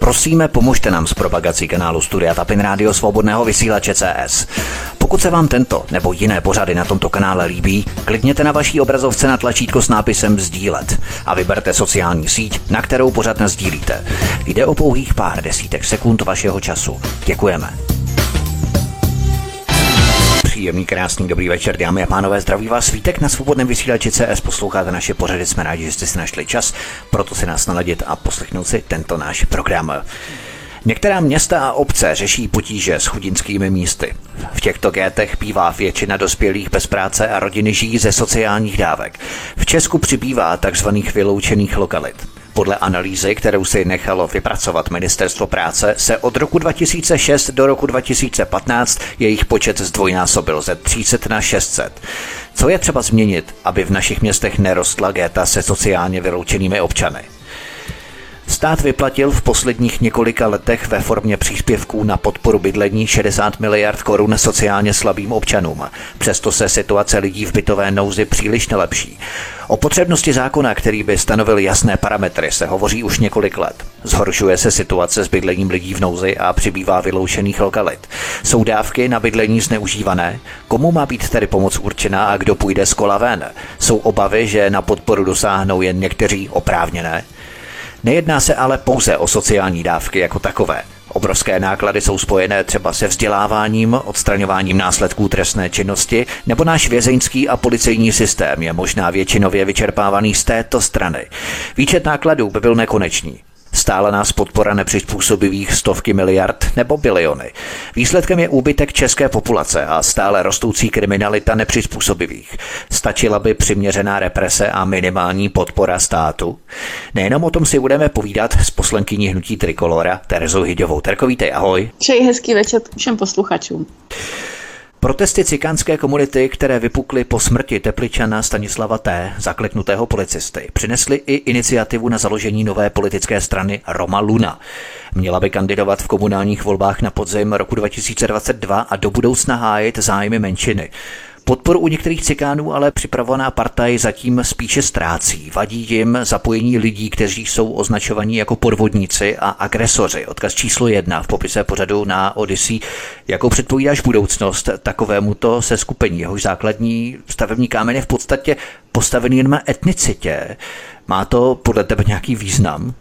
Prosíme, pomožte nám s propagací kanálu Studia Tapin Rádio Svobodného vysílače CS. Pokud se vám tento nebo jiné pořady na tomto kanále líbí, klikněte na vaší obrazovce na tlačítko s nápisem sdílet a vyberte sociální síť, na kterou pořad nasdílíte. Jde o pouhých pár desítek sekund vašeho času. Děkujeme. Příjemný, krásný, dobrý večer, dámy a pánové, zdraví vás Vítek na Svobodném vysílači CS, posloucháte naše pořady, jsme rádi, že jste si našli čas, proto si nás naladit a poslechnout si tento náš program. Některá města a obce řeší potíže s chudinskými místy. V těchto gétech bývá většina dospělých bez práce a rodiny žijí ze sociálních dávek. V Česku přibývá takzvaných vyloučených lokalit. Podle analýzy, kterou si nechalo vypracovat Ministerstvo práce, se od roku 2006 do roku 2015 jejich počet zdvojnásobil ze 300 na 600. Co je třeba změnit, aby v našich městech nerostla géta se sociálně vyloučenými občany? Stát vyplatil v posledních několika letech ve formě příspěvků na podporu bydlení 60 miliard korun sociálně slabým občanům. Přesto se situace lidí v bytové nouzi příliš nelepší. O potřebnosti zákona, který by stanovil jasné parametry, se hovoří už několik let. Zhoršuje se situace s bydlením lidí v nouzi a přibývá vyloučených lokalit. Jsou dávky na bydlení zneužívané? Komu má být tedy pomoc určená a kdo půjde z kola ven? Jsou obavy, že na podporu dosáhnou jen někteří oprávněné? Nejedná se ale pouze o sociální dávky jako takové. Obrovské náklady jsou spojené třeba se vzděláváním, odstraňováním následků trestné činnosti, nebo náš vězeňský a policejní systém je možná většinově vyčerpávaný z této strany. Výčet nákladů by byl nekonečný. Stála nás podpora nepřizpůsobivých stovky miliard nebo biliony. Výsledkem je úbytek české populace a stále rostoucí kriminalita nepřizpůsobivých. Stačila by přiměřená represe a minimální podpora státu? Nejenom o tom si budeme povídat s poslankyní hnutí Trikolora Terezou Hyďovou. Terko, vítej, ahoj. Přeji hezký večer všem posluchačům. Protesty cikánské komunity, které vypukly po smrti Tepličana Stanislava T., zakleknutého policisty, přinesly i iniciativu na založení nové politické strany Roma Luna. Měla by kandidovat v komunálních volbách na podzim roku 2022 a do budoucna hájit zájmy menšiny. Podporu u některých cikánů ale připravovaná partaj zatím spíše ztrácí. Vadí jim zapojení lidí, kteří jsou označovaní jako podvodníci a agresoři. Odkaz číslo 1 v popise pořadu na Odyssey. Jakou předpovídáš budoucnost takovémuto seskupení? Jehož základní stavební kámen je v podstatě postavený jen na etnicitě. Má to podle tebe nějaký význam?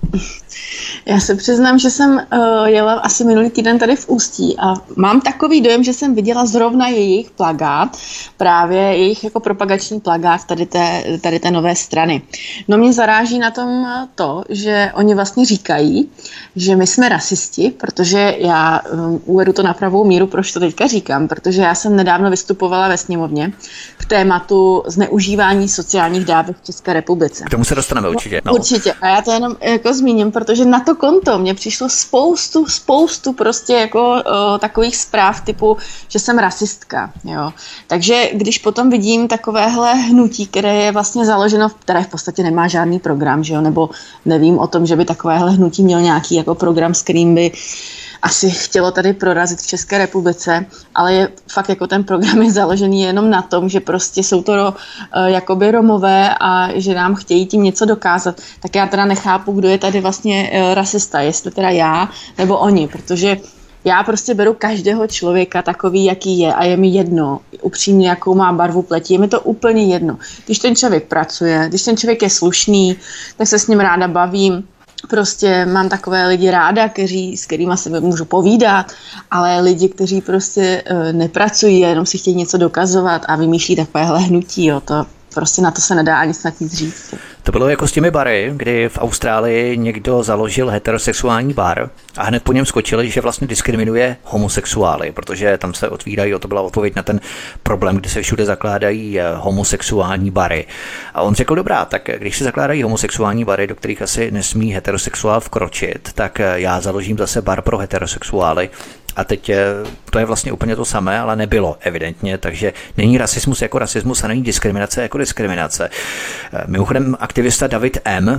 Já se přiznám, že jsem jela asi minulý týden tady v Ústí a mám takový dojem, že jsem viděla zrovna jejich plakát, právě jejich jako propagační plakát tady té nové strany. No mě zaráží na tom to, že oni vlastně říkají, že my jsme rasisti, protože já uvedu to na pravou míru, proč to teďka říkám, protože já jsem nedávno vystupovala ve sněmovně k tématu zneužívání sociálních dávek v České republice. K tomu se dostaneme určitě. No. Určitě. A já to jenom jako zmíním, protože na to konto mě přišlo spoustu prostě jako takových zpráv typu, že jsem rasistka, jo. Takže když potom vidím takovéhle hnutí, které je vlastně založeno, které v podstatě nemá žádný program, že jo, nebo nevím o tom, že by takovéhle hnutí měl nějaký jako program, s kterým by asi chtělo tady prorazit v České republice, ale je fakt jako ten program je založený jenom na tom, že prostě jsou to jakoby Romové a že nám chtějí tím něco dokázat. Tak já teda nechápu, kdo je tady vlastně rasista, jestli teda já nebo oni, protože já prostě beru každého člověka takový, jaký je a je mi jedno, upřímně, jakou má barvu pleti, je mi to úplně jedno. Když ten člověk pracuje, když ten člověk je slušný, tak se s ním ráda bavím. Prostě mám takové lidi ráda, s kterými se můžu povídat, ale lidi, kteří prostě nepracují a jenom si chtějí něco dokazovat a vymýšlí takovéhle hnutí, jo, to prostě na to se nedá ani snad nic říct. To bylo jako s těmi bary, kdy v Austrálii někdo založil heterosexuální bar a hned po něm skočili, že vlastně diskriminuje homosexuály, protože tam se otvírají, to byla odpověď na ten problém, kdy se všude zakládají homosexuální bary. A on řekl, dobrá, tak když se zakládají homosexuální bary, do kterých asi nesmí heterosexuál vkročit, tak já založím zase bar pro heterosexuály. A teď to je vlastně úplně to samé, ale nebylo evidentně, takže není rasismus jako rasismus a není diskriminace jako diskriminace. Mimochodem aktivista David M.,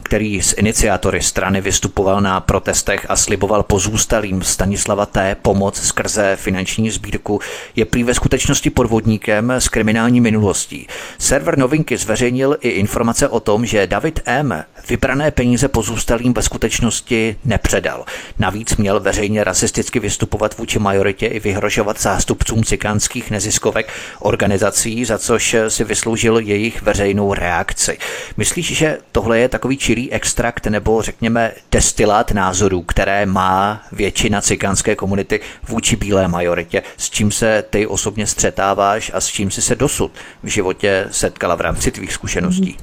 který s iniciátory strany vystupoval na protestech a sliboval pozůstalým Stanislava T. pomoc skrze finanční sbírku, je prý ve skutečnosti podvodníkem s kriminální minulostí. Server Novinky zveřejnil i informace o tom, že David M. vybrané peníze pozůstalým ve skutečnosti nepředal. Navíc měl veřejně rasisticky vystupovat vůči majoritě i vyhrožovat zástupcům cikánských neziskovek organizací, za což si vysloužil jejich veřejnou reakci. Myslíš, že tohle je takový čirý extrakt nebo řekněme destilát názorů, které má většina cikánské komunity vůči bílé majoritě, s čím se ty osobně střetáváš a s čím jsi se dosud v životě setkala v rámci tvých zkušeností?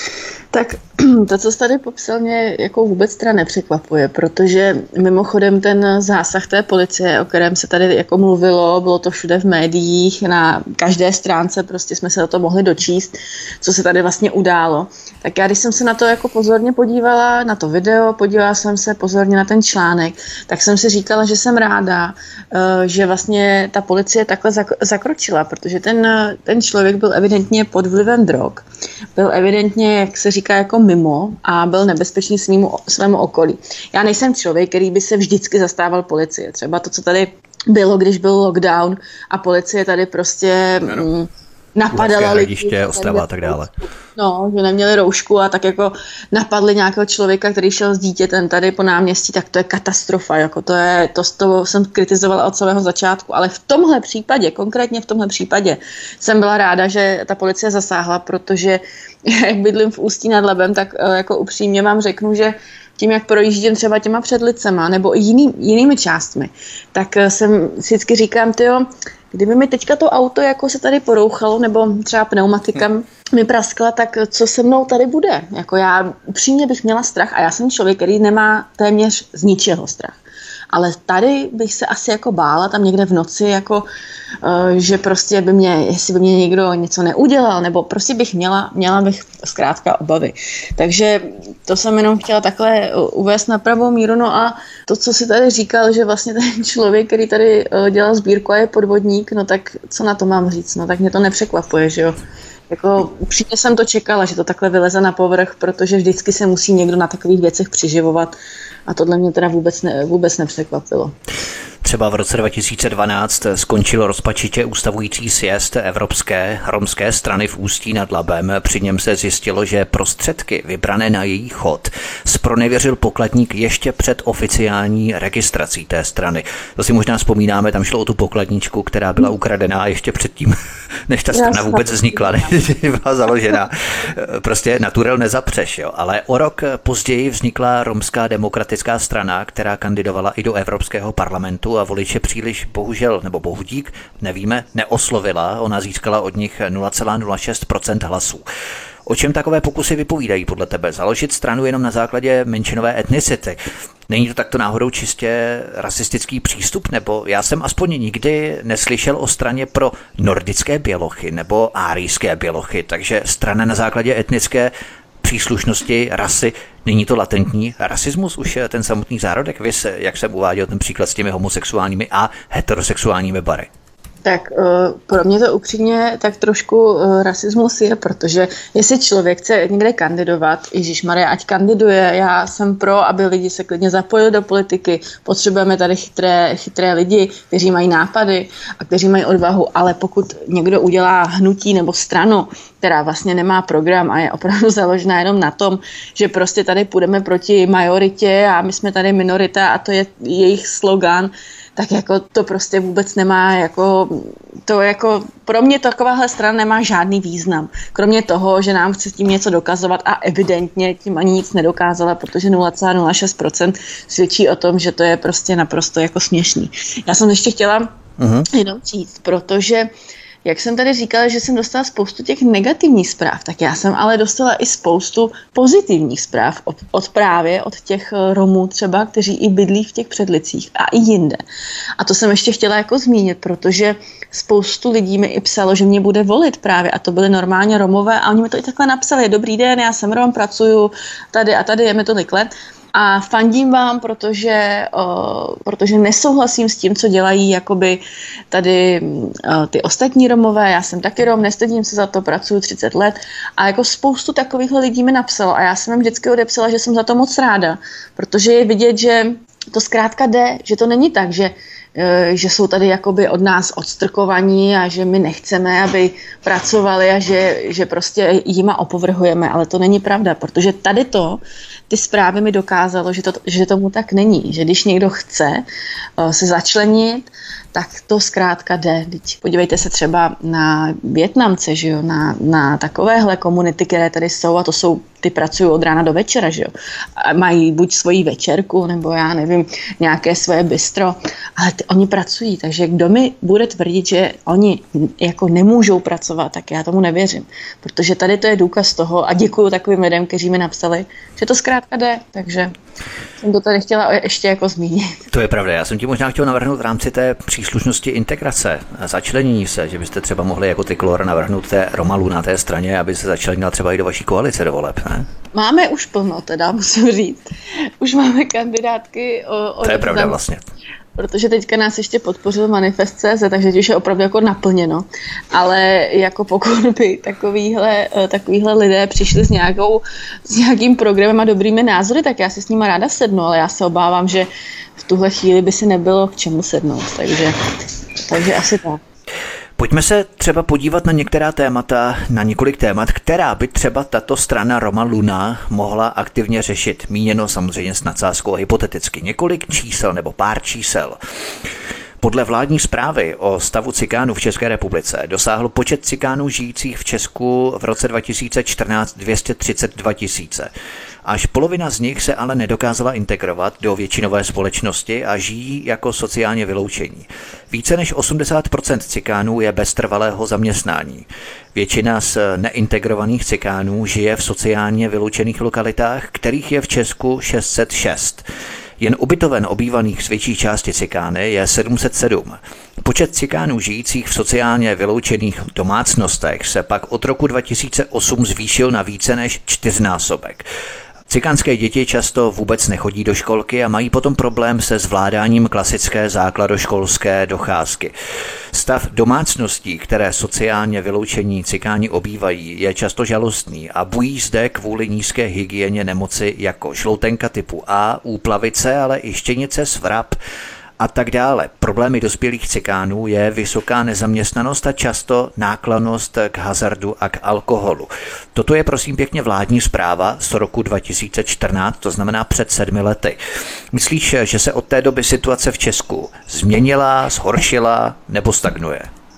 Tak to, co jsi tady popsal, mě jako vůbec teda nepřekvapuje, protože mimochodem ten zásah té policie, o kterém se tady jako mluvilo, bylo to všude v médiích, na každé stránce prostě jsme se o to mohli dočíst, co se tady vlastně událo. Tak já, když jsem se na to jako pozorně podívala, na to video, podívala jsem se pozorně na ten článek, tak jsem si říkala, že jsem ráda, že vlastně ta policie takhle zakročila, protože ten člověk byl evidentně pod vlivem drog, byl evidentně, jak se říká, jako mimo a byl nebezpečný svému okolí. Já nejsem člověk, který by se vždycky zastával policie. Třeba to, co tady bylo, když byl lockdown a policie tady prostě napadala lidi. Ostrava a tak dále. No, že neměli roušku a tak jako napadli nějakého člověka, který šel s dítětem tady po náměstí, tak to je katastrofa. Jako to jsem kritizovala od celého začátku. Ale v tomhle případě, konkrétně v tomhle případě, jsem byla ráda, že ta policie zasáhla, protože jak bydlím v Ústí nad Labem, tak jako upřímně vám řeknu, že tím, jak projíždím třeba těma Předlicema nebo i jinými částmi, tak jsem vždycky říkám, tyjo, kdyby mi teďka to auto jako se tady porouchalo, nebo třeba pneumatika mi praskla, tak co se mnou tady bude? Jako já upřímně bych měla strach a já jsem člověk, který nemá téměř z ničeho strach. Ale tady bych se asi jako bála tam někde v noci, jako, že prostě jestli by mě někdo něco neudělal, nebo prostě měla bych zkrátka obavy. Takže to jsem jenom chtěla takhle uvést na pravou míru. No a to, co si tady říkal, že vlastně ten člověk, který tady dělal sbírku a je podvodník, no tak co na to mám říct? No tak mě to nepřekvapuje, že jo. Jako upřímně jsem to čekala, že to takhle vyleze na povrch, protože vždycky se musí někdo na takových věcech přiživovat a tohle mě teda vůbec nepřekvapilo. Třeba v roce 2012 skončil rozpačitě ústavující sjezd Evropské romské strany v Ústí nad Labem. Při něm se zjistilo, že prostředky vybrané na její chod zpronevěřil pokladník ještě před oficiální registrací té strany. To si možná vzpomínáme, tam šlo o tu pokladničku, která byla ukradená ještě předtím, než ta strana vůbec vznikla, než byla založena. Prostě naturel nezapřeš, jo. Ale o rok později vznikla Romská demokratická strana, která kandidovala i do Evropského parlamentu a voliče příliš bohužel, nebo bohudík, nevíme, neoslovila. Ona získala od nich 0,06% hlasů. O čem takové pokusy vypovídají podle tebe? Založit stranu jenom na základě menšinové etnicity. Není to takto náhodou čistě rasistický přístup? Nebo já jsem aspoň nikdy neslyšel o straně pro nordické bělochy nebo árijské bělochy, takže strana na základě etnické příslušnosti, rasy, není to latentní rasismus, už ten samotný zárodek, vys, jak jsem uváděl ten příklad s těmi homosexuálními a heterosexuálními bary. Tak pro mě to upřímně tak trošku rasismus je, protože jestli člověk chce někde kandidovat, ježišmarja, ať kandiduje, já jsem pro, aby lidi se klidně zapojili do politiky, potřebujeme tady chytré lidi, kteří mají nápady a kteří mají odvahu, ale pokud někdo udělá hnutí nebo stranu, která vlastně nemá program a je opravdu založená jenom na tom, že prostě tady půjdeme proti majoritě a my jsme tady minorita a to je jejich slogan, tak jako to prostě vůbec nemá pro mě takováhle strana nemá žádný význam. Kromě toho, že nám chce tím něco dokazovat a evidentně tím ani nic nedokázala, protože 0,06% svědčí o tom, že to je prostě naprosto jako směšný. Já jsem ještě chtěla jenom říct, protože jak jsem tady říkala, že jsem dostala spoustu těch negativních zpráv, tak já jsem ale dostala i spoustu pozitivních zpráv od těch Romů třeba, kteří i bydlí v těch Předlicích a i jinde. A to jsem ještě chtěla jako zmínit, protože spoustu lidí mi i psalo, že mě bude volit právě a to byly normálně Romové a oni mi to i takhle napsali. Dobrý den, já jsem Rom, pracuju tady a tady, je mi to likle. a fandím vám, protože nesouhlasím s tím, co dělají jakoby tady ty ostatní Romové. Já jsem taky Rom, nestydím se za to, pracuji 30 let a jako spoustu takovýchhle lidí mi napsalo a já jsem jim vždycky odepsala, že jsem za to moc ráda, protože je vidět, že to zkrátka jde, že to není tak, že jsou tady jakoby od nás odstrkovaní a že my nechceme, aby pracovali a že prostě jima opovrhujeme, ale to není pravda, protože tady ty zprávy mi dokázalo, že tomu tak není, že když někdo chce se začlenit, tak to zkrátka jde. Podívejte se třeba na Vietnamce, že jo? Na takovéhle komunity, které tady jsou, a to jsou, ty pracují od rána do večera, že jo? A mají buď svoji večerku, nebo já nevím, nějaké svoje bistro, ale oni pracují, takže kdo mi bude tvrdit, že oni jako nemůžou pracovat, tak já tomu nevěřím, protože tady to je důkaz toho a děkuju takovým lidem, kteří mi napsali, že to zkrátka jde, takže jsem to tady chtěla ještě jako zmínit. To je pravda, já jsem ti možná chtěl navrhnout v rámci té příslušnosti integrace a začlenění se, že byste třeba mohli jako Trikolóra navrhnout té Romalu na té straně, aby se začlenila třeba i do vaší koalice do voleb, ne? Máme už plno, teda musím říct. Už máme kandidátky to je pravda vlastně. Protože teďka nás ještě podpořil Manifest.cz, takže už je opravdu jako naplněno. Ale jako pokud by takovýhle lidé přišli s nějakým programem a dobrými názory, tak já si s nima ráda sednu, ale já se obávám, že v tuhle chvíli by si nebylo k čemu sednout. Takže asi tak. Pojďme se třeba podívat na některá témata, na několik témat, která by třeba tato strana Roma Luna mohla aktivně řešit. Míněno samozřejmě s nadsázkou hypoteticky. Několik čísel nebo pár čísel. Podle vládní zprávy o stavu cikánů v České republice dosáhl počet cikánů žijících v Česku v roce 2014 232 000. Až polovina z nich se ale nedokázala integrovat do většinové společnosti a žijí jako sociálně vyloučení. Více než 80% cikánů je bez trvalého zaměstnání. Většina z neintegrovaných cikánů žije v sociálně vyloučených lokalitách, kterých je v Česku 606. Jen ubytoven obývaných z větší části cikány je 707. Počet cikánů žijících v sociálně vyloučených domácnostech se pak od roku 2008 zvýšil na více než 4násobek. Cikánské děti často vůbec nechodí do školky a mají potom problém se zvládáním klasické základoškolské docházky. Stav domácností, které sociálně vyloučení cikáni obývají, je často žalostný a bují zde kvůli nízké hygieně nemoci jako žloutenka typu A, úplavice, ale i štěnice, svrap a tak dále. Problémy dospělých cikánů je vysoká nezaměstnanost a často náklonnost k hazardu a k alkoholu. Toto je prosím pěkně vládní zpráva z roku 2014, to znamená před 7 lety. Myslíš, že se od té doby situace v Česku změnila, zhoršila nebo stagnuje?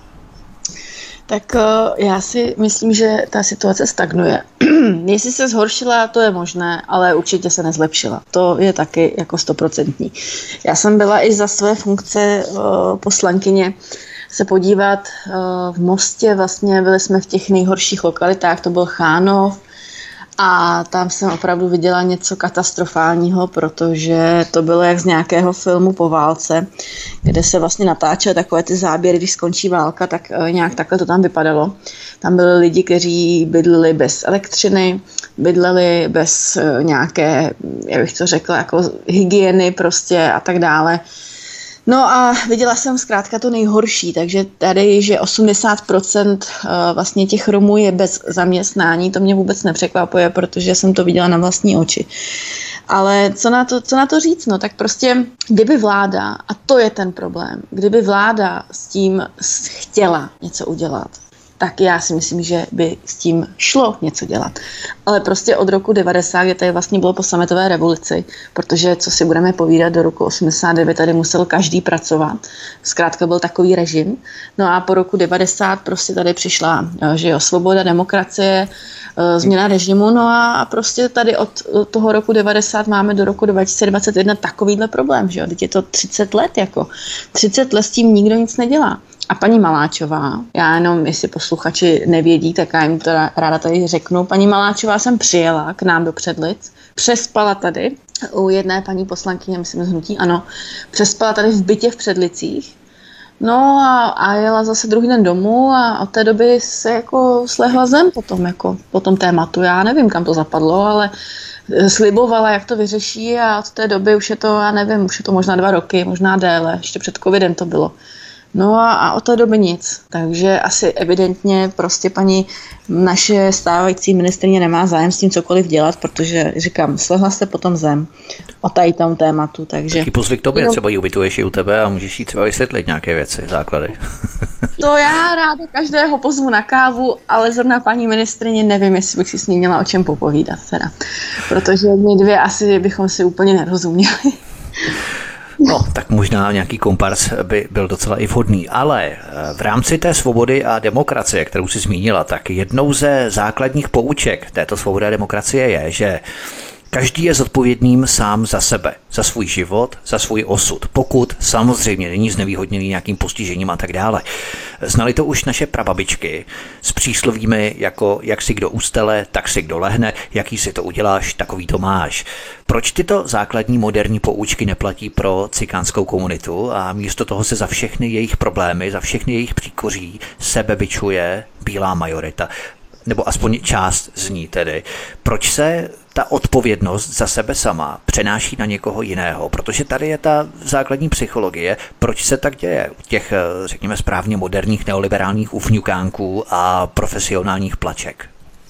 Tak já si myslím, že ta situace stagnuje. Jestli se zhoršila, to je možné, ale určitě se nezlepšila. To je taky jako 100%. Já jsem byla i za své funkce poslankyně se podívat v Mostě, vlastně byli jsme v těch nejhorších lokalitách, to byl Chánov, a tam jsem opravdu viděla něco katastrofálního, protože to bylo jak z nějakého filmu po válce, kde se vlastně natáčely takové ty záběry, když skončí válka, tak nějak takhle to tam vypadalo. Tam byli lidi, kteří bydleli bez elektřiny, bydleli bez nějaké, jak bych to řekla, jako hygieny prostě a tak dále. No a viděla jsem zkrátka to nejhorší, takže tady, že 80% vlastně těch Romů je bez zaměstnání, to mě vůbec nepřekvapuje, protože jsem to viděla na vlastní oči. Ale co na to říct? No tak prostě, kdyby vláda, a to je ten problém, kdyby vláda s tím chtěla něco udělat, tak já si myslím, že by s tím šlo něco dělat. Ale prostě od roku 90, kdy tady vlastně bylo po sametové revoluci, protože, co si budeme povídat, do roku 89 tady musel každý pracovat. Zkrátka byl takový režim. No a po roku 90 prostě tady přišla, že jo, svoboda, demokracie, změna režimu, no a prostě tady od toho roku 90 máme do roku 2021 takovýhle problém, že jo, teď je to 30 let, jako 30 let s tím nikdo nic nedělá. A paní Maláčová, já jenom, jestli posluchači nevědí, tak já jim to ráda tady řeknu, paní Maláčová sem přijela k nám do Předlic, přespala tady u jedné paní poslankyně, myslím z hnutí, ano, přespala tady v bytě v Předlicích, No a jela zase druhý den domů a od té doby se jako slehla zem po tom tématu. Já nevím, kam to zapadlo, ale slibovala, jak to vyřeší a od té doby už je to, já nevím, už je to možná 2 roky, možná déle, ještě před covidem to bylo. No a od té doby nic. Takže asi evidentně prostě paní naše stávající ministryně nemá zájem s tím cokoliv dělat, protože říkám, slehla jste potom zem o tady tom tématu. Takže taky pozvi k tobě, třeba ji ubytuješ i u tebe a můžeš jí třeba vysvětlit nějaké věci, základy. To já ráda každého pozvu na kávu, ale zrovna paní ministryně nevím, jestli bych si s ní měla o čem popovídat teda. Protože my dvě asi bychom si úplně nerozuměli. No, tak možná nějaký kompars by byl docela i vhodný, ale v rámci té svobody a demokracie, kterou jsi zmínila, tak jednou ze základních pouček této svobody a demokracie je, že každý je zodpovědným sám za sebe, za svůj život, za svůj osud, pokud samozřejmě není znevýhodněný nějakým postižením a tak dále. Znali to už naše prababičky s příslovími jako jak si kdo ustele, tak si kdo lehne, jaký si to uděláš, takový to máš. Proč tyto základní moderní poučky neplatí pro cikánskou komunitu a místo toho se za všechny jejich problémy, za všechny jejich příkoří sebebičuje bílá majorita? Nebo aspoň část z ní tedy. Proč se ta odpovědnost za sebe sama přenáší na někoho jiného? Protože tady je ta základní psychologie, proč se tak děje u těch, řekněme, správně moderních neoliberálních ufňukánků a profesionálních plaček.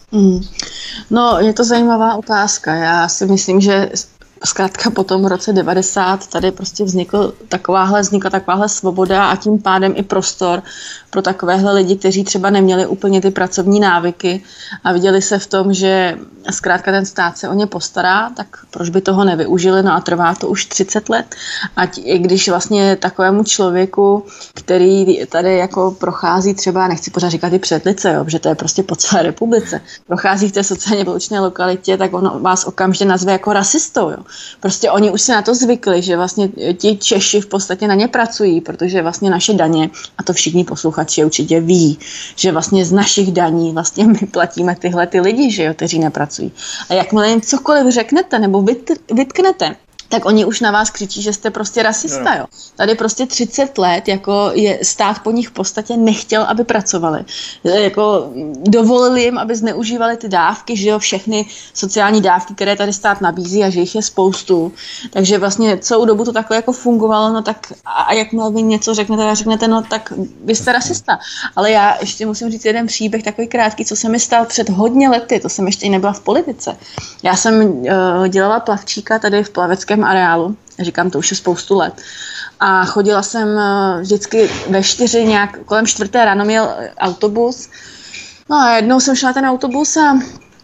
No, je to zajímavá otázka. Já si myslím, že zkrátka po tom roce 90 tady prostě vznikla takováhle svoboda a tím pádem i prostor pro takovéhle lidi, kteří třeba neměli úplně ty pracovní návyky a viděli se v tom, že zkrátka ten stát se o ně postará, tak proč by toho nevyužili, no a trvá to už 30 let. Ať i když vlastně takovému člověku, který tady jako prochází třeba, nechci pořád říkat i Předlice, jo, protože to je prostě po celé republice, prochází v té sociálně vyloučené lokalitě, tak on vás okamžitě nazve jako rasistou, jo. Prostě oni už se na to zvykli, že vlastně ti Češi v podstatě na ně pracují, protože vlastně naše daně, a to všichni posluchači určitě ví, že vlastně z našich daní vlastně my platíme tyhle ty lidi, že jo, kteří nepracují. A jakmile jim cokoliv řeknete nebo vytknete, tak oni už na vás křičí, že jste prostě rasista, jo. Tady prostě 30 let, jako je stát po nich v podstatě nechtěl, aby pracovali. Jako dovolili jim, aby zneužívali ty dávky, že jo, všechny sociální dávky, které tady stát nabízí a že jich je spoustu. Takže vlastně celou dobu to takhle jako fungovalo, no tak a jakmile vy něco řeknete, no tak vy jste rasista. Ale já ještě musím říct jeden příběh, takový krátký, co se mi stal před hodně lety, to jsem ještě nebyla v politice. Já jsem dělala plavčíka tady v plaveckém areálu, říkám, to už je spoustu let. A chodila jsem vždycky ve 4, nějak kolem 4 ráno měl autobus. No a jednou jsem šla na ten autobus a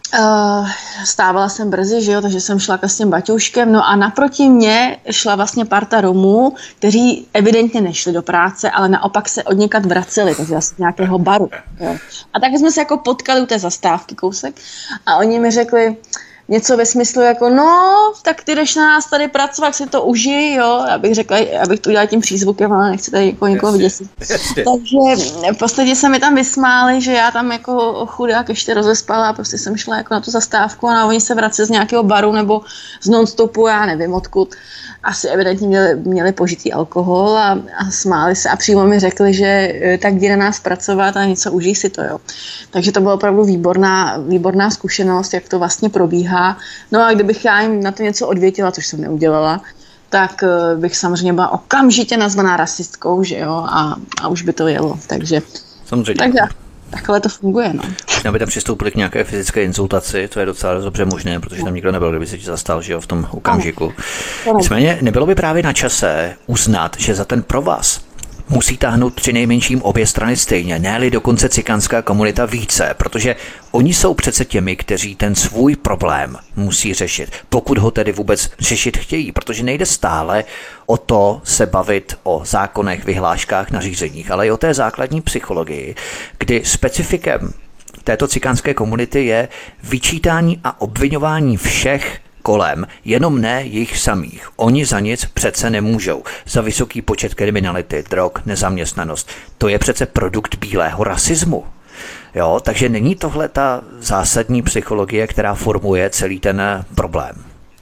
stávala jsem brzy, že jo, takže jsem šla s tím baťouškem, no a naproti mě šla vlastně parta Romů, kteří evidentně nešli do práce, ale naopak se odněkud vraceli, takže asi z nějakého baru. Jo. A tak jsme se jako potkali u té zastávky kousek a oni mi řekli něco ve smyslu jako, no, tak ty jdeš na nás tady pracovat, jak si to užij, jo, abych řekla, abych to udělala tím přízvukem, ale nechci tady jako někoho vyděsit. Takže v podstatě se mi tam vysmáli, že já tam jako chudák ještě rozespala a prostě jsem šla jako na tu zastávku a oni se vrací z nějakého baru nebo z non-stopu, já nevím odkud. Asi evidentně měli požitý alkohol a smáli se a přímo mi řekli, že tak jdi na nás pracovat a něco užij si to, jo. Takže to byla opravdu výborná zkušenost, jak to vlastně probíhá. No a kdybych já jim na to něco odvětila, což jsem neudělala, tak bych samozřejmě byla okamžitě nazvaná rasistkou, že jo, a už by to jelo, takže samozřejmě. Takhle to funguje, no. Aby tam přistoupili k nějaké fyzické insultaci, to je docela dobře možné, protože tam nikdo nebyl, kdyby se ti zastal, že jo, v tom okamžiku. Nicméně nebylo by právě na čase uznat, že za ten provaz musí táhnout přinejmenším obě strany stejně, ne-li dokonce cikánská komunita více, protože oni jsou přece těmi, kteří ten svůj problém musí řešit, pokud ho tedy vůbec řešit chtějí, protože nejde stále o to se bavit o zákonech, vyhláškách, nařízeních, ale i o té základní psychologii, kdy specifikem této cikánské komunity je vyčítání a obviňování všech kolem, jenom ne jich samých. Oni za nic přece nemůžou. Za vysoký počet kriminality, drog, nezaměstnanost. To je přece produkt bílého rasismu. Jo, takže není tohle ta zásadní psychologie, která formuje celý ten problém.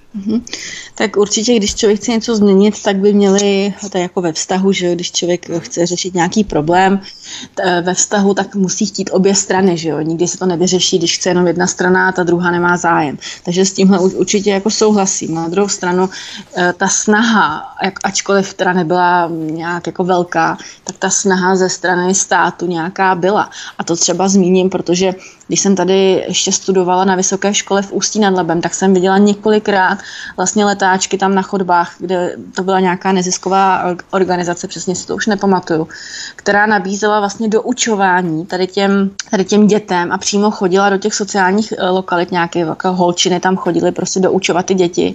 Tak určitě, když člověk chce něco změnit, tak by měli, to je jako ve vztahu, že když člověk chce řešit nějaký problém ve vztahu, tak musí chtít obě strany, že jo. Nikdy se to nevyřeší, když chce jenom jedna strana a ta druhá nemá zájem. Takže s tímhle určitě jako souhlasím. Na druhou stranu ta snaha, ačkoliv teda nebyla nějak jako velká, tak ta snaha ze strany státu nějaká byla. A to třeba zmíním, protože když jsem tady ještě studovala na vysoké škole v Ústí nad Labem, tak jsem viděla několikrát vlastně letáčky tam na chodbách, kde to byla nějaká nezisková organizace, přesně si to už nepamatuju, která nabízela vlastně doučování tady těm dětem a přímo chodila do těch sociálních lokalit, nějaké holčiny tam chodily prostě doučovat ty děti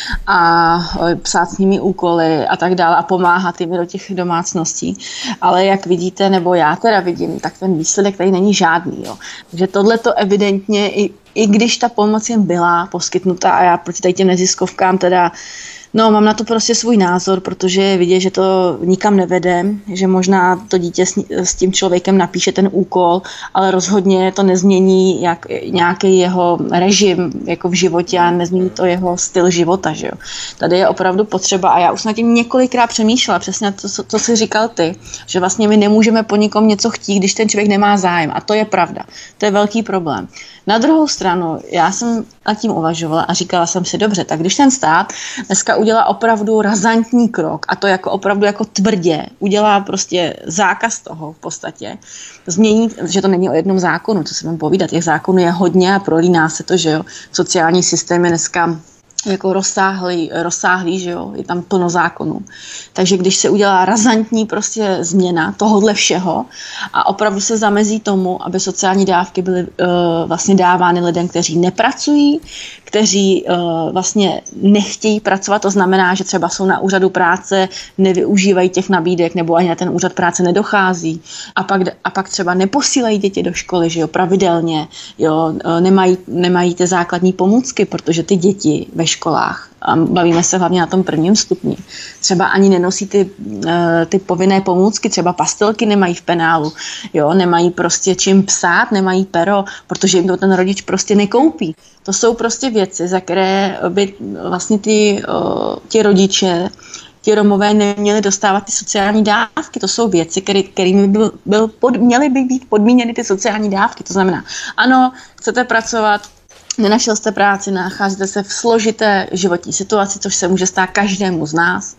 a psát s nimi úkoly a tak dále a pomáhat jim do těch domácností. Ale jak vidíte, nebo já teda vidím, tak ten výsledek tady není žádný. Jo. Takže tohle to evidentně, i když ta pomoc jim byla poskytnuta a já proti tady těm neziskovkám teda, no mám na to prostě svůj názor, protože je vidět, že to nikam nevede, že možná to dítě s tím člověkem napíše ten úkol, ale rozhodně to nezmění nějaký jeho režim jako v životě a nezmění to jeho styl života. Že jo. Tady je opravdu potřeba a já už nad tím několikrát přemýšlela, přesně to, co jsi říkal ty, že vlastně my nemůžeme po nikom něco chtít, když ten člověk nemá zájem a to je pravda. To je velký problém. Na druhou stranu, já jsem nad tím uvažovala a říkala jsem si, dobře, tak když ten stát dneska udělá opravdu razantní krok a to jako opravdu jako tvrdě, udělá prostě zákaz toho v podstatě, změní, že to není o jednom zákonu, co se vám povídat, těch zákonů je hodně a prolíná se to, že jo, sociální systém je dneska jako rozsáhlý, že jo, je tam plno zákonů. Takže když se udělá razantní prostě změna tohodle všeho a opravdu se zamezí tomu, aby sociální dávky byly vlastně dávány lidem, kteří nepracují, kteří vlastně nechtějí pracovat, to znamená, že třeba jsou na úřadu práce, nevyužívají těch nabídek nebo ani na ten úřad práce nedochází a pak třeba neposílají děti do školy, že jo, pravidelně, jo, nemají ty základní pomůcky, protože ty děti ve školách, a bavíme se hlavně na tom prvním stupni, třeba ani nenosí ty povinné pomůcky, třeba pastelky nemají v penálu, jo, nemají prostě čím psát, nemají pero, protože jim to ten rodič prostě nekoupí. To jsou prostě věci, za které by vlastně ti rodiče, ti Romové neměli dostávat ty sociální dávky. To jsou věci, kterými měly by být podmíněny ty sociální dávky. To znamená, ano, chcete pracovat, nenašel jste práci, nacházíte se v složité životní situaci, což se může stát každému z nás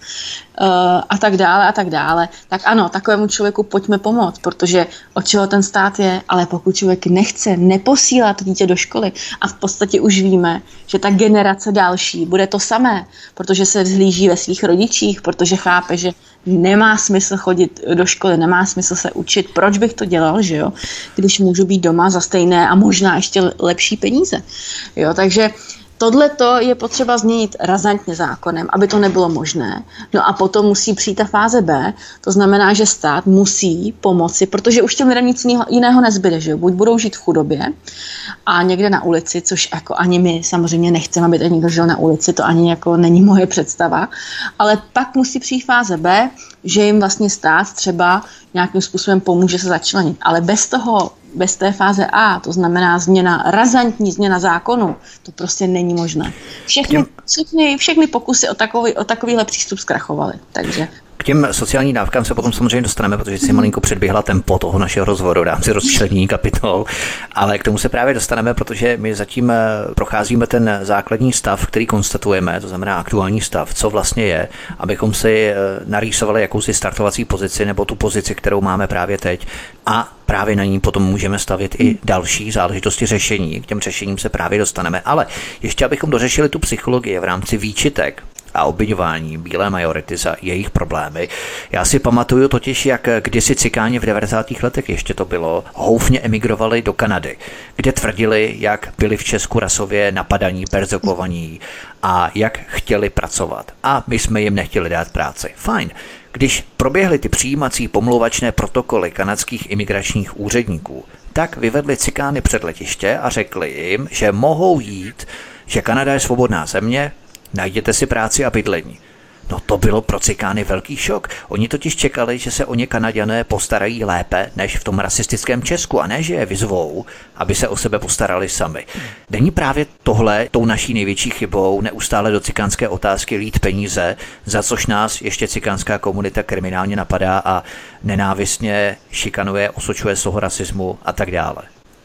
a tak dále, tak ano, takovému člověku pojďme pomoct, protože od čeho ten stát je, ale pokud člověk nechce, neposílá to dítě do školy a v podstatě už víme, že ta generace další bude to samé, protože se vzhlíží ve svých rodičích, protože chápe, že nemá smysl chodit do školy, nemá smysl se učit, proč bych to dělal, že jo, když můžu být doma za stejné a možná ještě lepší peníze. Jo, takže tohleto je potřeba změnit razantně zákonem, aby to nebylo možné. No a potom musí přijít ta fáze B, to znamená, že stát musí pomoci, protože už těm lidem nic jiného nezbyde, že jo? Buď budou žít v chudobě a někde na ulici, což jako ani my samozřejmě nechceme, aby tady někdo žil na ulici, to ani jako není moje představa, ale pak musí přijít fáze B, že jim vlastně stát třeba nějakým způsobem pomůže se začlenit. Ale bez té fáze A, to znamená razantní změna zákonu, to prostě není možné. Všechny pokusy o takovýhle přístup zkrachovaly. Takže k těm sociálním dávkám se potom samozřejmě dostaneme, protože si malinko předběhla tempo toho našeho rozhovoru v rámci rozčlenění kapitol, ale k tomu se právě dostaneme, protože my zatím procházíme ten základní stav, který konstatujeme, to znamená aktuální stav, co vlastně je, abychom si narýsovali jakousi startovací pozici nebo tu pozici, kterou máme právě teď a právě na ní potom můžeme stavět i další záležitosti řešení. K těm řešením se právě dostaneme, ale ještě abychom dořešili tu psychologii v rámci výčitek a obviňování bílé majority za jejich problémy. Já si pamatuju totiž, jak kdysi cikáni v 90. letech ještě to bylo, houfně emigrovali do Kanady, kde tvrdili, jak byli v Česku rasově napadaní, perzekovaní a jak chtěli pracovat. A my jsme jim nechtěli dát práci. Fajn. Když proběhly ty přijímací pomlouvačné protokoly kanadských imigračních úředníků, tak vyvedli cikány před letiště a řekli jim, že mohou jít, že Kanada je svobodná země, najděte si práci a bydlení. No to bylo pro Cikány velký šok. Oni totiž čekali, že se o ně Kanaďané postarají lépe než v tom rasistickém Česku a ne, že je vyzvou, aby se o sebe postarali sami. Není právě tohle tou naší největší chybou neustále do cikánské otázky lít peníze, za což nás ještě cikánská komunita kriminálně napadá a nenávistně šikanuje, osočuje z toho rasismu a tak dále?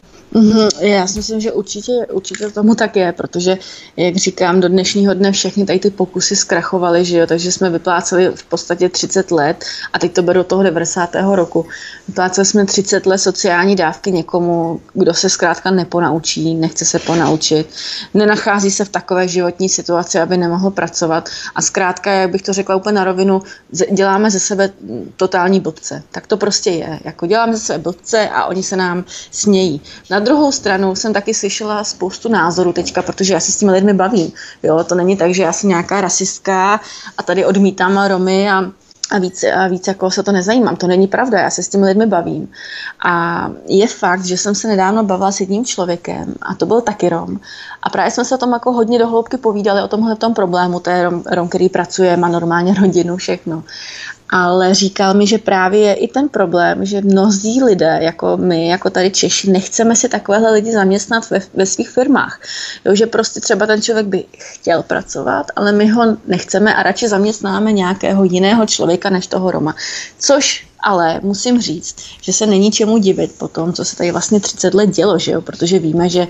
Já si myslím, že určitě tomu tak je, protože, jak říkám, do dnešního dne všechny tady ty pokusy zkrachovaly, že jo, takže jsme vypláceli v podstatě 30 let a teď to beru do toho 90. roku. Vypláceli jsme 30 let sociální dávky někomu, kdo se zkrátka neponaučí, nechce se ponaučit, nenachází se v takové životní situaci, aby nemohl pracovat a zkrátka, jak bych to řekla úplně na rovinu, děláme ze sebe totální blbce. Tak to prostě je. Jako děláme ze sebe blbce a oni se nám smějí. Na druhou stranu jsem taky slyšela spoustu názorů teďka, protože já se s těmi lidmi bavím. Jo, to není tak, že já jsem nějaká rasistka a tady odmítám Romy a víc jako se to nezajímám. To není pravda, já se s těmi lidmi bavím. A je fakt, že jsem se nedávno bavila s jedním člověkem a to byl taky Rom. A právě jsme se o tom jako hodně dohloubky povídali, o tomhle problému, to je Rom, který pracuje, má normálně rodinu, všechno. Ale říkal mi, že právě je i ten problém, že mnozí lidé, jako my, jako tady Češi, nechceme si takovéhle lidi zaměstnat ve svých firmách. Jo, že prostě třeba ten člověk by chtěl pracovat, ale my ho nechceme a radši zaměstnáme nějakého jiného člověka než toho Roma. Což ale musím říct, že se není čemu divit po tom, co se tady vlastně 30 let dělo, že jo? Protože víme, že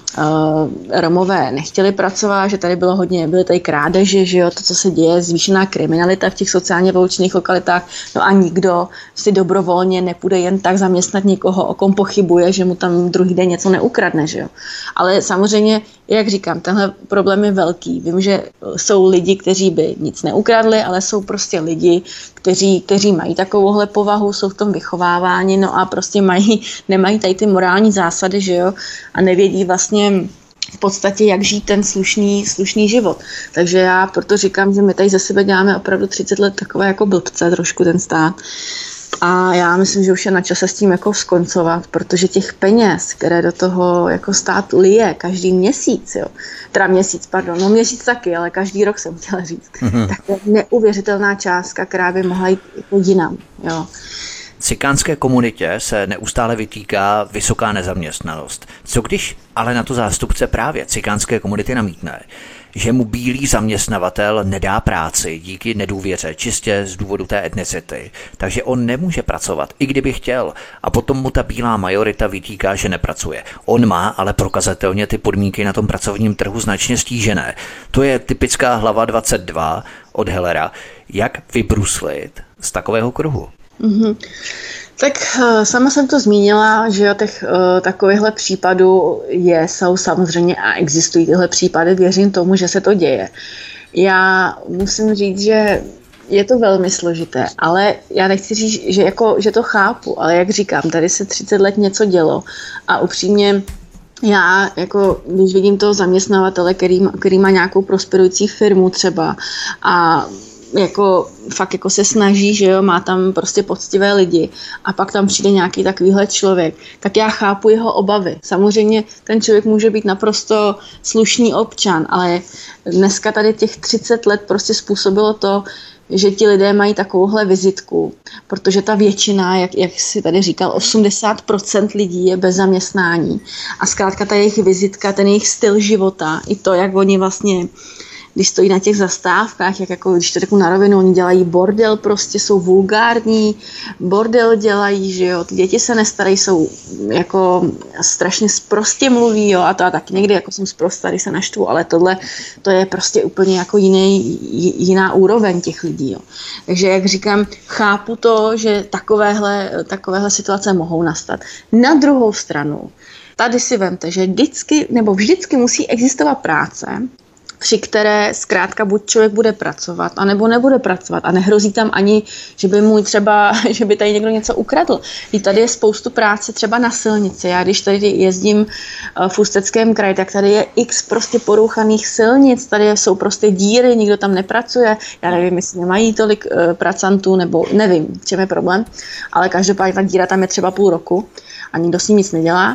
Romové nechtěli pracovat, že tady byly tady krádeže, že jo, to, co se děje, zvýšená kriminalita v těch sociálně vyloučených lokalitách, no a nikdo si dobrovolně nepůjde jen tak zaměstnat někoho, o kom pochybuje, že mu tam druhý den něco neukradne, že jo. Ale samozřejmě, jak říkám, tenhle problém je velký. Vím, že jsou lidi, kteří by nic neukradli, ale jsou prostě lidi, kteří mají takovouhle povahu, jsou v tom vychováváni, no a prostě nemají tady ty morální zásady, že jo, a nevědí vlastně v podstatě, jak žít ten slušný život. Takže já proto říkám, že my tady ze sebe děláme opravdu 30 let takové jako blbce, trošku ten stát. A já myslím, že už je na čase s tím jako skoncovat, protože těch peněz, které do toho jako stát lije každý měsíc, jo, měsíc taky, ale každý rok jsem chtěla říct, tak je neuvěřitelná částka, která by mohla jít jako jinam, jo. Cikánské komunitě se neustále vytýká vysoká nezaměstnanost. Co když ale na to zástupce právě cikánské komunity namítne, že mu bílý zaměstnavatel nedá práci díky nedůvěře, čistě z důvodu té etnicity, takže on nemůže pracovat, i kdyby chtěl, a potom mu ta bílá majorita vytýká, že nepracuje. On má ale prokazatelně ty podmínky na tom pracovním trhu značně stížené. To je typická hlava 22 od Hellera. Jak vybruslit z takového kruhu? Tak sama jsem to zmínila, že těch takovýchhle případů jsou samozřejmě a existují tyhle případy, věřím tomu, že se to děje. Já musím říct, že je to velmi složité, ale já nechci říct, že to chápu, ale jak říkám, tady se 30 let něco a upřímně já, jako, když vidím toho zaměstnavatele, který má nějakou prosperující firmu třeba a jako fakt jako se snaží, že jo, má tam prostě poctivé lidi a pak tam přijde nějaký takovýhle člověk, tak já chápu jeho obavy. Samozřejmě ten člověk může být naprosto slušný občan, ale dneska tady těch 30 let prostě způsobilo to, že ti lidé mají takovouhle vizitku, protože ta většina, jak si tady říkal, 80% lidí je bez zaměstnání a zkrátka ta jejich vizitka, ten jejich styl života, i to, jak oni vlastně když stojí na těch zastávkách, když to řeknu na rovinu, oni dělají bordel, prostě jsou vulgární, bordel dělají, že jo, ty děti se nestarají, jsou jako strašně sprostě mluví, jo, a to já taky někdy jako jsem sprostá, když se naštvu, ale tohle, to je prostě úplně jako jiná úroveň těch lidí, jo. Takže jak říkám, chápu to, že takovéhle situace mohou nastat. Na druhou stranu, tady si vemte, že vždycky musí existovat práce, při které zkrátka buď člověk bude pracovat, anebo nebude pracovat a nehrozí tam ani, že by tady někdo něco ukradl. I tady je spoustu práce třeba na silnici. Já když tady jezdím v Ústeckém kraji, tak tady je x prostě porouchaných silnic, tady jsou prostě díry, nikdo tam nepracuje. Já nevím, jestli nemají tolik pracantů, nebo nevím, v čem je problém, ale každopádně ta díra tam je třeba půl roku a nikdo s ním nic nedělá.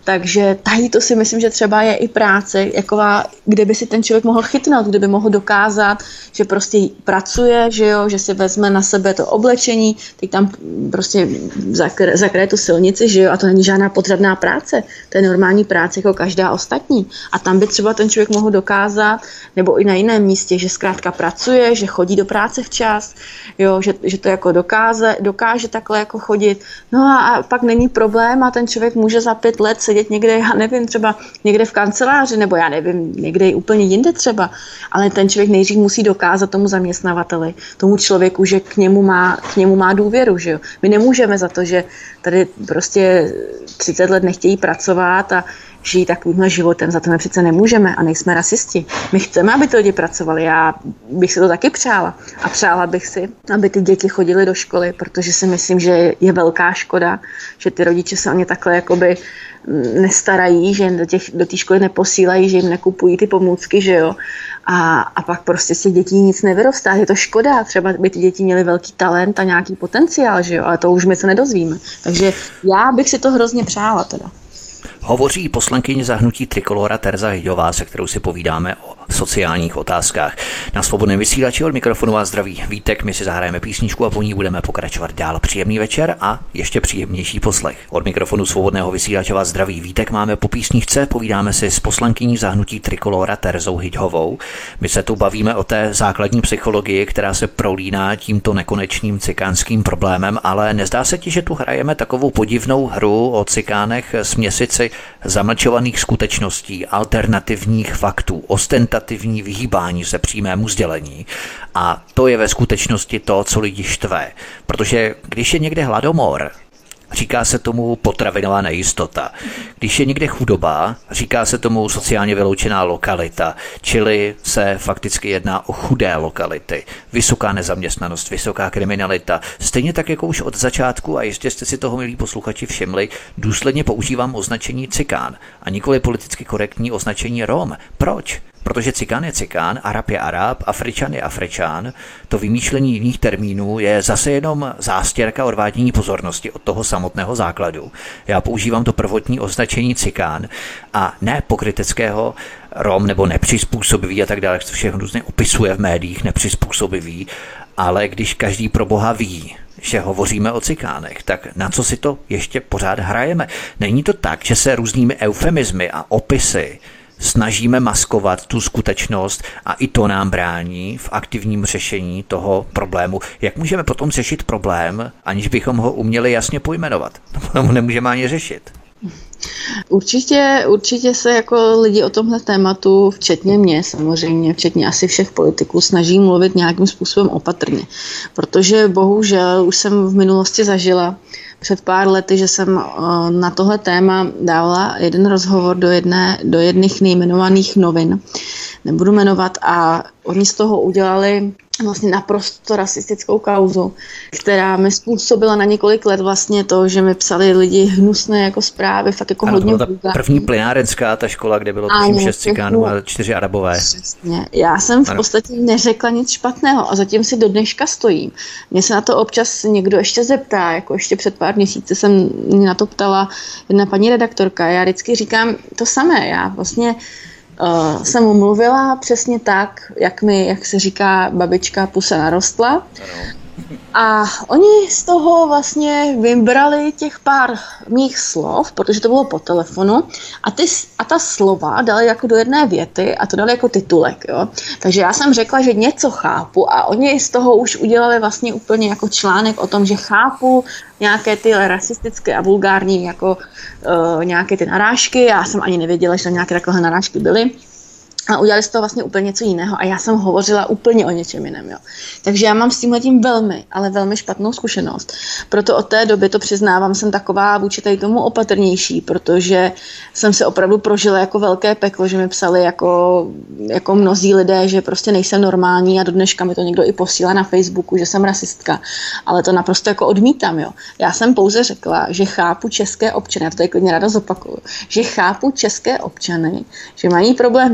Takže tady to si myslím, že třeba je i práce, jaková, kde by si ten člověk mohl chytnout, kde by mohl dokázat, že prostě pracuje, že jo, že si vezme na sebe to oblečení, teď tam prostě zakraje tu silnici, že jo, a to není žádná podřadná práce, to je normální práce jako každá ostatní. A tam by třeba ten člověk mohl dokázat, nebo i na jiném místě, že zkrátka pracuje, že chodí do práce včas, jo, že to jako dokáže takhle jako chodit. No a pak není problém a ten člověk může za 5 let sedět někde, já nevím, třeba někde v kanceláři, nebo já nevím, někde úplně jinde třeba, ale ten člověk nejdřív musí dokázat tomu zaměstnavateli, tomu člověku, že k němu má důvěru, že jo. My nemůžeme za to, že tady prostě 30 let nechtějí pracovat a žijí takovýmhle životem, za to my přece nemůžeme a nejsme rasisti. My chceme, aby ty lidi pracovali, já bych si to taky přála a přála bych si, aby ty děti chodily do školy, protože si myslím, že je velká škoda, že ty rodiče se o ně takhle jakoby nestarají, že do té školy neposílají, že jim nekupují ty pomůcky, že jo. A pak prostě si dětí nic nevyrostá. Je to škoda, třeba by ty děti měly velký talent a nějaký potenciál, že jo, ale to už my se nedozvíme. Takže já bych si to hrozně přála teda. Hovoří poslankyně za hnutí Trikolóra Terza Hyďhová, se kterou si povídáme o sociálních otázkách. Na Svobodném vysílači od mikrofonu vás zdraví Vítek, my si zahrajeme písničku a po ní budeme pokračovat dál. Příjemný večer a ještě příjemnější poslech. Od mikrofonu Svobodného vysílače vás zdraví Vítek, máme po písničce, povídáme si s poslankyní za hnutí Trikolóra Terzou Hyďhovou. My se tu bavíme o té základní psychologii, která se prolíná tímto nekonečným cikánským problémem, ale nezdá se ti, že tu hrajeme takovou podivnou hru o cikánech, směsici zamlčovaných skutečností, alternativních faktů, ostentativní vyhýbání se přímému sdělení. A to je ve skutečnosti to, co lidi štve. Protože když je někde hladomor, říká se tomu potravinová nejistota. Když je někde chudoba, říká se tomu sociálně vyloučená lokalita, čili se fakticky jedná o chudé lokality, vysoká nezaměstnanost, vysoká kriminalita. Stejně tak jako už od začátku, a jistě jste si toho, milí posluchači, všimli, důsledně používám označení cikán a nikoli politicky korektní označení Rom. Proč? Protože cikán je cikán, Arab je Arab, Afričan je Afričan. To vymýšlení jiných termínů je zase jenom zástěrka odvádění pozornosti od toho samotného základu. Já používám to prvotní označení cikán a ne pokryteckého Rom nebo nepřizpůsobivý a tak dále, co všechno různě opisuje v médiích, nepřizpůsobivý, ale když každý pro boha ví, že hovoříme o cikánech, tak na co si to ještě pořád hrajeme? Není to tak, že se různými eufemizmy a opisy snažíme maskovat tu skutečnost a i to nám brání v aktivním řešení toho problému. Jak můžeme potom řešit problém, aniž bychom ho uměli jasně pojmenovat? To nemůžeme ani řešit. Určitě se jako lidi o tomhle tématu, včetně mě samozřejmě, včetně asi všech politiků, snaží mluvit nějakým způsobem opatrně. Protože bohužel už jsem v minulosti zažila před pár lety, že jsem na tohle téma dala jeden rozhovor do jedných nejmenovaných novin. Nebudu jmenovat a oni z toho udělali vlastně naprosto rasistickou kauzu, která mi způsobila na několik let vlastně to, že mi psali lidi hnusné jako zprávy, fakt jako hodně vulgární. První plynárenská ta škola, kde bylo 6 cikánů a 4 Arabové. Přesně. Já jsem v podstatě neřekla nic špatného a zatím si do dneška stojím. Mě se na to občas někdo ještě zeptá, jako ještě před pár měsíci jsem mě na to ptala jedna paní redaktorka. Já vždycky říkám to samé, já vlastně jsem mu mluvila přesně tak, jak se říká, babička pusa narostla. Ano. A oni z toho vlastně vybrali těch pár mých slov, protože to bylo po telefonu, a ta slova dali jako do jedné věty a to dali jako titulek. Jo? Takže já jsem řekla, že něco chápu a oni z toho už udělali vlastně úplně jako článek o tom, že chápu nějaké ty rasistické a vulgární jako nějaké ty narážky. Já jsem ani nevěděla, že tam nějaké takové narážky byly. A udělali z toho vlastně úplně něco jiného a já jsem hovořila úplně o něčem jiném. Jo. Takže já mám s tímhletím velmi, ale velmi špatnou zkušenost. Proto od té doby, to přiznávám, jsem taková vůči tady tomu opatrnější, protože jsem se opravdu prožila jako velké peklo, že mi psali jako mnozí lidé, že prostě nejsem normální a do dneška mi to někdo i posílá na Facebooku, že jsem rasistka. Ale to naprosto jako odmítám. Jo. Já jsem pouze řekla, že chápu české občany, já to tady klidně ráda zopakuju, že chápu české občany, že mají problém s tím,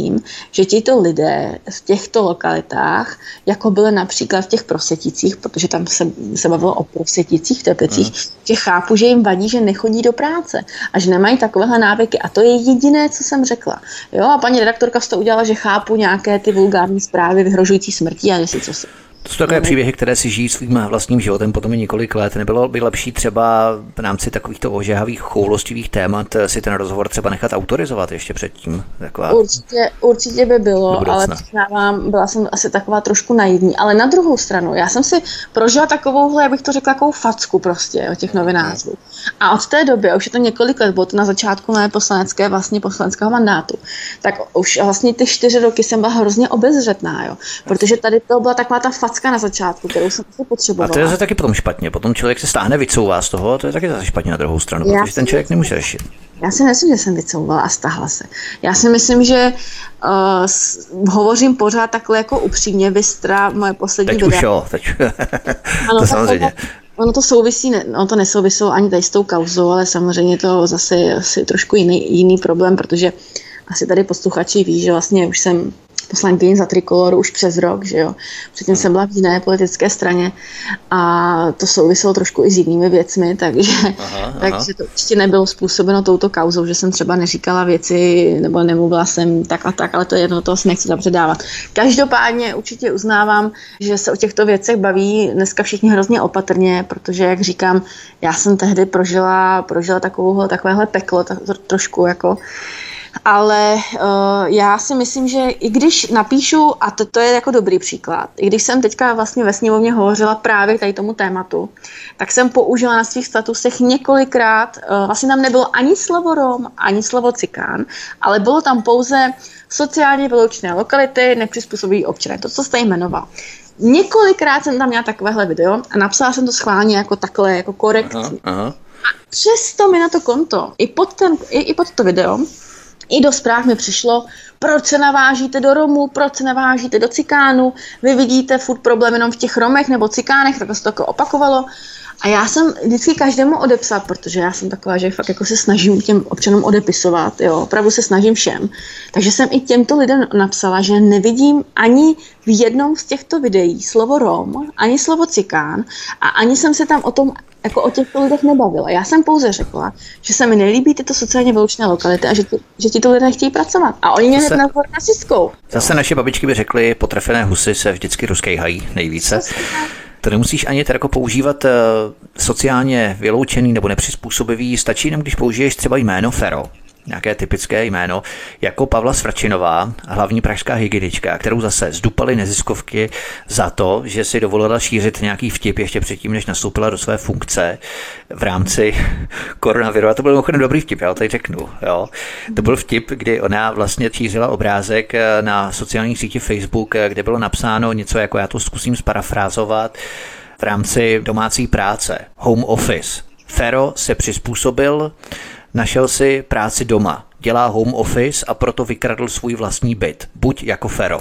tím, že tito lidé v těchto lokalitách, jako byly například v těch Proseticích, protože tam se bavilo o Proseticích v Teplicích, že chápu, že jim vadí, že nechodí do práce a že nemají takovéhle návyky. A to je jediné, co jsem řekla. Jo, a paní redaktorka z toho udělala, že chápu nějaké ty vulgární zprávy vyhrožující smrtí a jestli co si. To jsou takové příběhy, které si žijí svým vlastním životem potom i několik let. Nebylo by lepší třeba v rámci takovýchto ožehavých, choulostivých témat si ten rozhovor třeba nechat autorizovat ještě předtím? Určitě by bylo, ale přiznávám, byla jsem asi taková trošku naivní. Ale na druhou stranu, já jsem si prožila takovouhle, jak bych to řekla, takovou facku prostě od těch novinářů. A od té doby, už je to několik let, bylo to na začátku mé poslaneckého mandátu, tak už vlastně ty 4 roky jsem byla hrozně obezřetná, jo. Protože tady to byla taková ta facka na začátku, kterou jsem si potřebovala. A to je taky potom špatně. Potom člověk se stáhne, vycouvá z toho, to je taky zase špatně na druhou stranu, protože ten člověk nemůže řešit. Já si myslím, že jsem vycouvala a stáhla se. Já si myslím, že hovořím pořád takhle jako upřímně, vystra moje poslední videa. Teď už jo, teď. Ano, to samozřejmě. Ono to souvisí, to nesouviselo ani tady s tou kauzou, ale samozřejmě to zase asi trošku jiný problém, protože asi tady posluchači ví, že vlastně už jsem poslankyní za Trikoloru už přes rok, že jo. Předtím jsem byla v jiné politické straně a to souviselo trošku i s jinými věcmi, takže to určitě nebylo způsobeno touto kauzou, že jsem třeba neříkala věci nebo nemluvila jsem tak a tak, ale to je jedno, toho si nechci předávat. Každopádně určitě uznávám, že se o těchto věcech baví dneska všichni hrozně opatrně, protože, jak říkám, já jsem tehdy prožila takovéhle peklo trošku jako. Ale já si myslím, že i když napíšu, a to je jako dobrý příklad, i když jsem teďka vlastně ve sněmovně hovořila právě tady tomu tématu, tak jsem použila na svých statusech několikrát, vlastně tam nebylo ani slovo Rom, ani slovo Cikán, ale bylo tam pouze sociálně vyloučené lokality, nepřizpůsobiví občané, to, co jste jmenoval. Několikrát jsem tam měla takovéhle video a napsala jsem to schválně jako takhle, jako korektně. A přesto mi na to konto, i pod to video, i do zpráv mi přišlo, proč se navážíte do Romů, proč se navážíte do Cikánů, vy vidíte furt problém jenom v těch Romech nebo Cikánech, tak se to jako opakovalo. A já jsem vždycky každému odepsala, protože já jsem taková, že fakt jako se snažím těm občanům odepisovat, jo, opravdu se snažím všem. Takže jsem i těmto lidem napsala, že nevidím ani v jednom z těchto videí slovo Rom, ani slovo Cikán a ani jsem se tam jako o těchto lidech nebavila. Já jsem pouze řekla, že se mi nelíbí tyto sociálně vyloučené lokality a že tito lidé nechtějí pracovat. A oni mě hned nazvali rasistkou. Zase naše babičky by řekly, potrefené husy se vždycky ruskejhají nejvíce. To nemusíš ani jako používat sociálně vyloučený nebo nepřizpůsobivý, stačí jenom, když použiješ třeba jméno Fero, nějaké typické jméno, jako Pavla Svrčinová, hlavní pražská hygienička, kterou zase zdupaly neziskovky za to, že si dovolila šířit nějaký vtip ještě předtím, než nastoupila do své funkce v rámci koronaviru. A to byl mimochodem dobrý vtip, já to tady řeknu. Jo. To byl vtip, kdy ona vlastně šířila obrázek na sociálních sítích Facebook, kde bylo napsáno něco, jako já to zkusím sparafrázovat, v rámci domácí práce, home office. Fero se přizpůsobil, našel si práci doma, dělá home office a proto vykradl svůj vlastní byt. Buď jako Fero.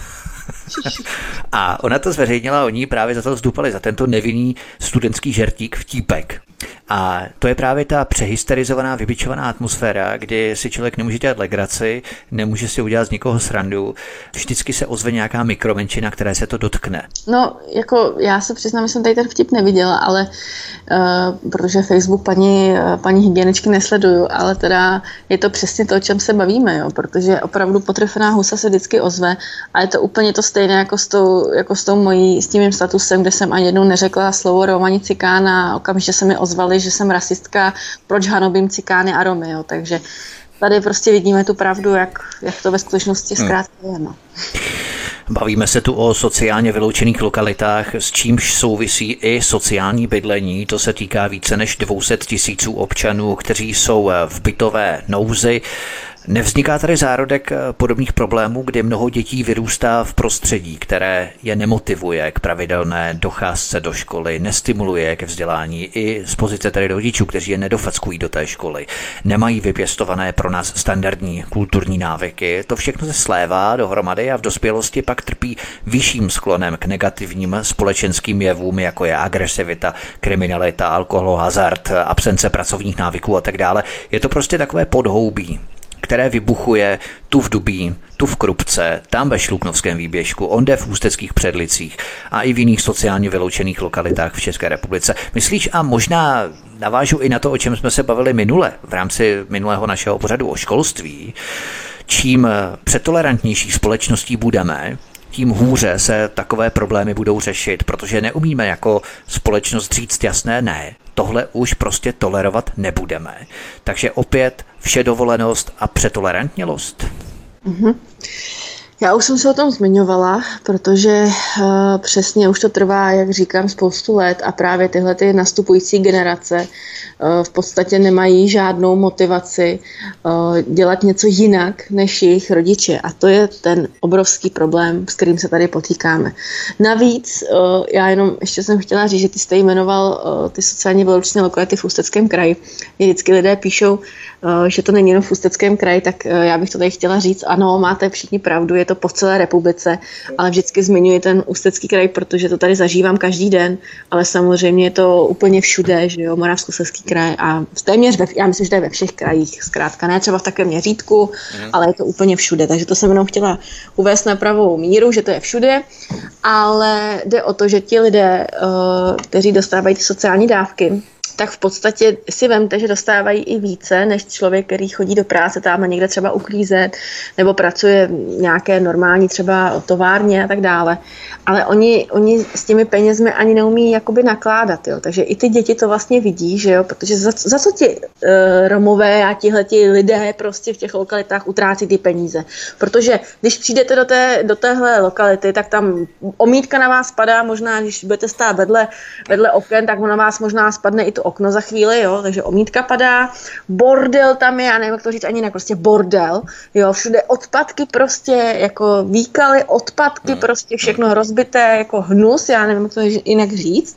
A ona to zveřejnila, oni právě za to zdupali, za tento nevinný studentský žertík vtípek. A to je právě ta přehysterizovaná, vybičovaná atmosféra, kdy si člověk nemůže dělat legraci, nemůže si udělat z nikoho srandu. Vždycky se ozve nějaká mikromenšina, které se to dotkne. No, jako já se přiznám, že jsem tady ten vtip neviděla, ale protože Facebook paní hygieničky nesleduju, ale teda je to přesně to, o čem se bavíme, jo, protože opravdu potrefená husa se vždycky ozve a je to úplně to stejné jako s tím mým statusem, kde jsem ani jednou neřekla slovo Rom ani Cikán a okamžitě se mi ozvali, že jsem rasistka, proč hanobím Cikány a Romy, jo. Takže tady prostě vidíme tu pravdu, jak to ve skutečnosti zkrátka je. No. Bavíme se tu o sociálně vyloučených lokalitách, s čímž souvisí i sociální bydlení. To se týká více než 200 000 občanů, kteří jsou v bytové nouzi. Nevzniká tady zárodek podobných problémů, kdy mnoho dětí vyrůstá v prostředí, které je nemotivuje k pravidelné docházce do školy, nestimuluje ke vzdělání i z pozice tady rodičů, kteří je nedofackují do té školy, nemají vypěstované pro nás standardní kulturní návyky. To všechno se slévá dohromady a v dospělosti pak trpí vyšším sklonem k negativním společenským jevům, jako je agresivita, kriminalita, alkohol, hazard, absence pracovních návyků a tak dále. Je to prostě takové podhoubí které vybuchuje tu v Dubín, tu v Krupce, tam ve Šluknovském výběžku, onde v Ústeckých Předlicích a i v jiných sociálně vyloučených lokalitách v České republice. Myslíš, a možná navážu i na to, o čem jsme se bavili minule, v rámci minulého našeho pořadu o školství, čím přetolerantnější společností budeme, tím hůře se takové problémy budou řešit, protože neumíme jako společnost říct jasné ne. Tohle už prostě tolerovat nebudeme. Takže opět všedovolenost a přetolerantnělost. Mm-hmm. Já už jsem se o tom zmiňovala, protože přesně už to trvá, jak říkám, spoustu let a právě tyhle ty nastupující generace v podstatě nemají žádnou motivaci dělat něco jinak než jejich rodiče a to je ten obrovský problém, s kterým se tady potýkáme. Navíc, já jenom ještě jsem chtěla říct, že ty jste jmenoval ty sociálně vyloučené lokality v Ústeckém kraji. Mě vždycky lidé píšou, že to není jenom v Ústeckém kraji, tak já bych to tady chtěla říct, ano, máte všichni pravdu, je to po celé republice, ale vždycky zmiňuji ten Ústecký kraj, protože to tady zažívám každý den, ale samozřejmě je to úplně všude, že jo, Moravskoslezský kraj a téměř, já myslím, že to je ve všech krajích, zkrátka ne třeba v takovém měřítku, ale je to úplně všude, takže to jsem jenom chtěla uvést na pravou míru, že to je všude, ale jde o to, že ti lidé, kteří dostávají ty sociální dávky, tak v podstatě si vemte, že dostávají i více než člověk, který chodí do práce tam někde třeba uklízet nebo pracuje v nějaké normální třeba továrně a tak dále. Ale oni s těmi penězmi ani neumí jakoby nakládat, jo. Takže i ty děti to vlastně vidí, že jo, protože za co ti Romové a tihleti lidé prostě v těch lokalitách utrácí ty peníze. Protože když přijdete do téhle lokality, tak tam omítka na vás padá, možná když budete stát vedle oken, tak na vás možná spadne i to okno za chvíli, jo, takže omítka padá, bordel tam je, já nevím, jak to říct ani jinak, prostě bordel, jo, všude odpadky prostě, jako výkaly, odpadky, prostě všechno rozbité, jako hnus, já nevím, jak to jinak říct.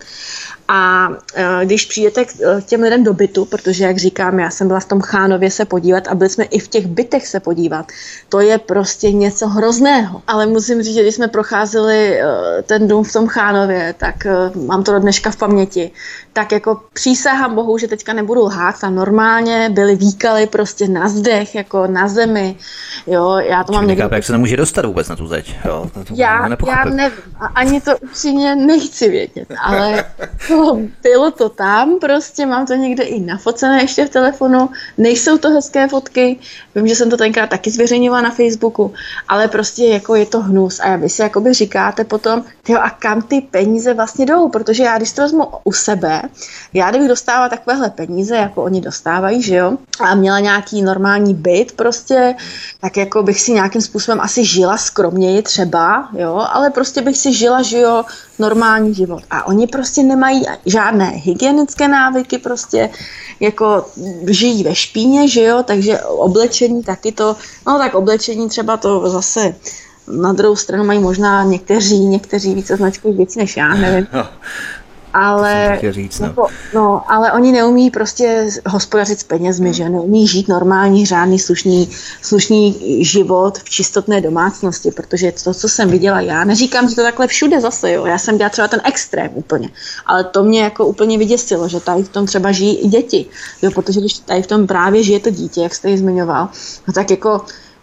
A když přijdete k těm lidem do bytu, protože, jak říkám, já jsem byla v tom Chánově se podívat a byli jsme i v těch bytech se podívat, to je prostě něco hrozného. Ale musím říct, že když jsme procházeli ten dům v tom Chánově, tak mám to do dneška v paměti, tak jako přísahám Bohu, že teďka nebudu lhát, tam normálně byly výkaly prostě na zdech, jako na zemi, jo, já to mám někdy... Jak se nemůže dostat vůbec na tu zeď, jo? Já nevím a ani to upřímně nechci vědět, ale bylo to tam, prostě mám to někde i nafocené ještě v telefonu, nejsou to hezké fotky, vím, že jsem to tenkrát taky zveřejňovala na Facebooku, ale prostě jako je to hnus a vy si jakoby říkáte potom, tyjo, a kam ty peníze vlastně jdou, protože já když to vezmu u sebe, já kdybych dostávala takovéhle peníze, jako oni dostávají, že jo, a měla nějaký normální byt prostě, tak jako bych si nějakým způsobem asi žila skromněji třeba, jo, ale prostě bych si žila, že jo, normální život. A oni prostě nemají žádné hygienické návyky, prostě jako žijí ve špíně, že jo, takže oblečení taky to, no tak oblečení třeba to zase na druhou stranu mají možná někteří více značkových věcí než já, nevím. Ale, ale oni neumí prostě hospodařit s penězmi, že neumí žít normální, řádný, slušný život v čistotné domácnosti, protože to, co jsem viděla já, neříkám, že to takhle všude zase, jo, já jsem dělala třeba ten extrém úplně, ale to mě jako úplně vyděsilo, že tady v tom třeba žijí i děti, jo, protože když tady v tom právě žije to dítě, jak jste ji zmiňoval, no tak jako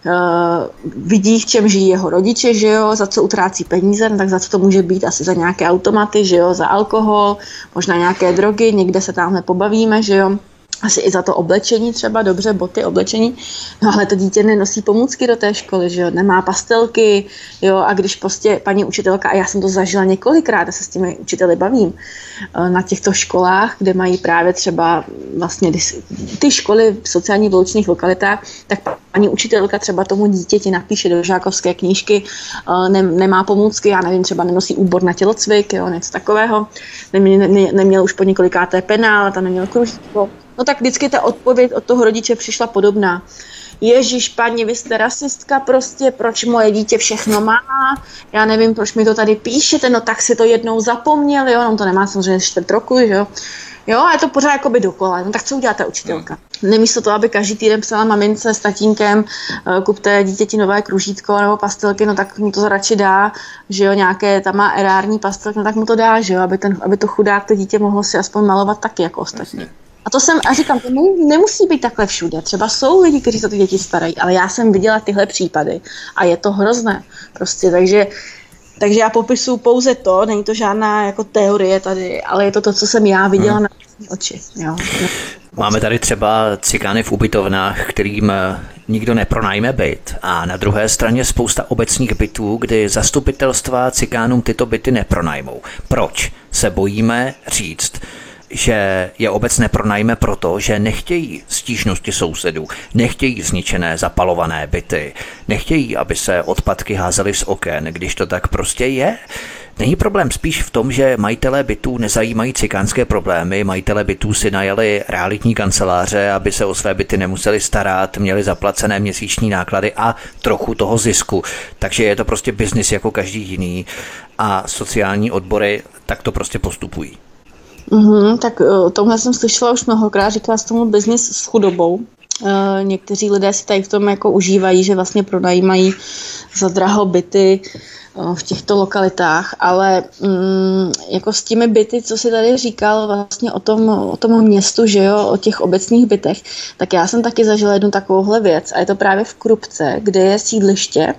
vidí, v čem žijí jeho rodiče, že jo, za co utrácí peníze, no tak za co to může být, asi za nějaké automaty, že jo, za alkohol, možná nějaké drogy, někde se tamhle pobavíme, že jo, asi i za to oblečení třeba, dobře, boty, oblečení, no ale to dítě nenosí pomůcky do té školy, že jo, nemá pastelky, jo, a když prostě paní učitelka, a já jsem to zažila několikrát, já se s těmi učiteli bavím, na těchto školách, kde mají právě třeba vlastně ty školy v sociálně vyloučených lokalitách, tak paní učitelka třeba tomu dítěti napíše do žákovské knížky, nemá pomůcky, já nevím, třeba nenosí úbor na tělocvik, jo, něco takového, neměl už po několikáté penál, tam neměl kružítko. No tak vždycky ta odpověď od toho rodiče přišla podobná. Ježíš, paní, vy jste rasistka prostě, proč moje dítě všechno má, já nevím, proč mi to tady píšete, no tak si to jednou zapomněl, jo, no to nemá samozřejmě 4 roku, že jo. Jo, a je to pořád jakoby dokola, no tak co udělá ta učitelka? Nemísto toho, aby každý týden psala mamince s tatínkem, kupte dítěti nové kružítko nebo pastelky, no tak mu to radši dá, že jo, nějaké, tam má erární pastelky, no tak mu to dá, že jo, aby to chudák, to dítě mohlo si aspoň malovat taky jako ostatní. A říkám, to nemusí být takhle všude. Třeba jsou lidi, kteří se ty děti starají, ale já jsem viděla tyhle případy a je to hrozné. Prostě, takže já popisuju pouze to, není to žádná jako teorie tady, ale je to, co jsem já viděla na oči. Jo. Máme tady třeba cikány v ubytovnách, kterým nikdo nepronajme byt, a na druhé straně spousta obecních bytů, kdy zastupitelstva cikánům tyto byty nepronajmou. Proč se bojíme říct, že je obec nepronajme proto, že nechtějí stížnosti sousedů, nechtějí zničené zapalované byty, nechtějí, aby se odpadky házely z oken, když to tak prostě je? Není problém spíš v tom, že majitelé bytů nezajímají cikánské problémy, majitelé bytů si najali realitní kanceláře, aby se o své byty nemuseli starat, měli zaplacené měsíční náklady a trochu toho zisku. Takže je to prostě biznis jako každý jiný a sociální odbory tak to prostě postupují. Tak o tomhle jsem slyšela už mnohokrát, říkala jsem tomu biznis s chudobou. Někteří lidé si tady v tom jako užívají, že vlastně pronajímají za draho byty v těchto lokalitách, ale jako s těmi byty, co si tady říkal vlastně o tom městu, že jo, o těch obecních bytech, tak já jsem taky zažila jednu takovouhle věc a je to právě v Krupce, kde je sídliště.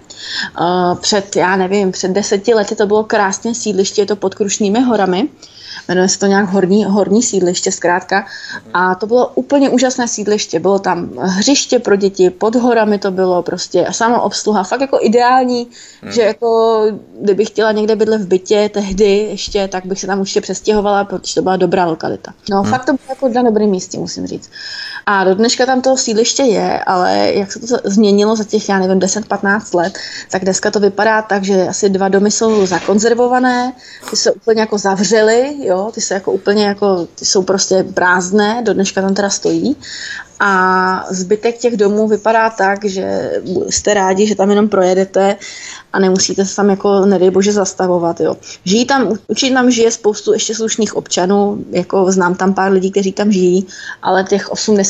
Před 10 lety to bylo krásné sídliště, je to pod Krušnými horami. Jmenuje se to nějak horní sídliště zkrátka a to bylo úplně úžasné sídliště, bylo tam hřiště pro děti, pod horami to bylo prostě a samoobsluha, fakt jako ideální, že jako kdybych chtěla někde bydlet v bytě tehdy ještě, tak bych se tam určitě přestěhovala, protože to byla dobrá lokalita. No fakt to bylo jako na dobrém místě, musím říct. A do dneška tam toho sídliště je, ale jak se to změnilo za těch, 10-15 let, tak dneska to vypadá tak, že asi 2 domy jsou zakonzervované, ty se úplně jako zavřely, jo, ty se jako úplně jako, ty jsou prostě prázdné, do dneška tam teda stojí. A zbytek těch domů vypadá tak, že jste rádi, že tam jenom projedete a nemusíte se tam jako, nedej bože, zastavovat. Jo. Určitě tam žije spoustu ještě slušných občanů, jako znám tam pár lidí, kteří tam žijí, ale těch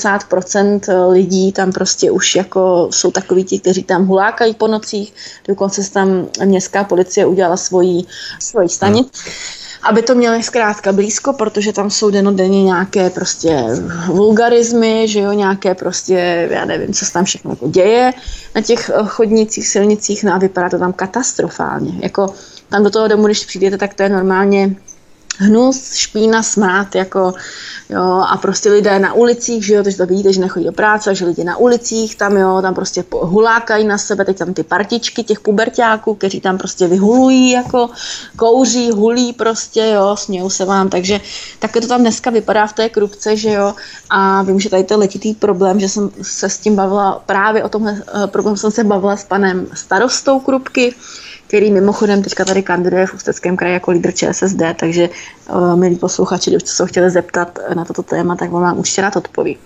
80% lidí tam prostě už jako jsou takoví ti, kteří tam hulákají po nocích, dokonce se tam městská policie udělala svoji stanici. Aby to měli zkrátka blízko, protože tam jsou dennodenně nějaké prostě vulgarizmy, že jo, nějaké prostě, já nevím, co se tam všechno jako děje na těch chodnicích, silnicích, no a vypadá to tam katastrofálně. Jako tam do toho domu, když přijdete, tak to je normálně hnus, špína, smrad, jako, jo, a prostě lidé na ulicích, že jo, takže to vidíte, že nechodí do práce, že lidi na ulicích tam, jo, tam prostě hulákají na sebe, teď tam ty partičky těch puberťáků, kteří tam prostě vyhulují, jako kouří, hulí prostě, jo, smějou se vám, takže takhle to tam dneska vypadá v té Krupce, že jo, a vím, že tady to je letitý problém, že jsem se s tím bavila, právě o tomhle problému jsem se bavila s panem starostou Krupky, který mimochodem teďka tady kandiduje v Ústeckém kraji jako lídr ČSSD, takže milí posluchači, když se chtěli zeptat na toto téma, tak on vám určitě rád odpoví.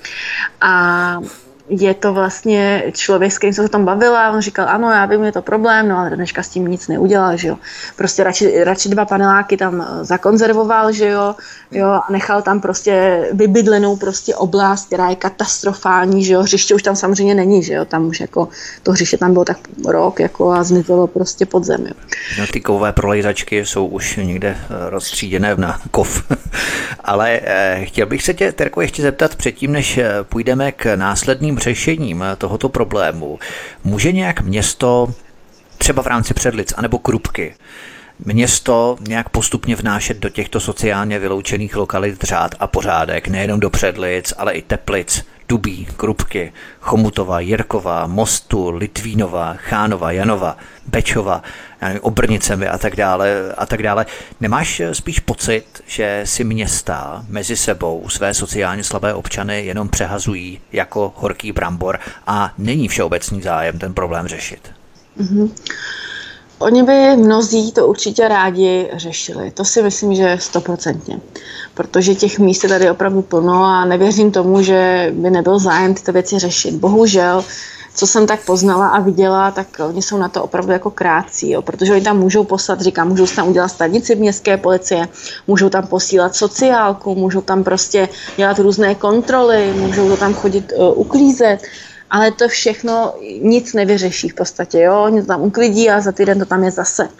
A je to vlastně člověk, s kterým jsem se tam bavila, on říkal, ano, já vím, je to problém, no ale dneška s tím nic neudělal, že jo. Prostě radši 2 paneláky tam zakonzervoval, že jo, a nechal tam prostě vybydlenou prostě oblast, která je katastrofální, že jo, hřiště už tam samozřejmě není, že jo, tam už jako to hřiště tam bylo tak rok jako a zmizelo prostě pod zemi. No, ty kovové prolejzačky jsou už někde rozstříděné na kov. Ale chtěl bych se tě, Terko, ještě zeptat předtím, než půjdeme k následným řešením tohoto problému. Může nějak město, třeba v rámci Předlic anebo Krupky, město nějak postupně vnášet do těchto sociálně vyloučených lokalit řád a pořádek, nejenom do Předlic, ale i Teplic, Dubí, Krupky, Chomutova, Jirkova, Mostu, Litvínova, Chánova, Janova, Bečova, Obrnicemi a tak dále. Nemáš spíš pocit, že si města mezi sebou své sociálně slabé občany jenom přehazují jako horký brambor a není všeobecný zájem ten problém řešit? Mm-hmm. Oni by mnozí to určitě rádi řešili, to si myslím, že 100%, protože těch míst je tady opravdu plno a nevěřím tomu, že by nebyl zájem tyto věci řešit. Bohužel, co jsem tak poznala a viděla, tak oni jsou na to opravdu jako krátcí, jo, protože oni tam můžou poslat, můžou tam udělat stanici v městské policie, můžou tam posílat sociálku, můžou tam prostě dělat různé kontroly, můžou to tam chodit uklízet, ale to všechno nic nevyřeší v podstatě, jo, oni to tam uklidí a za týden to tam je zase.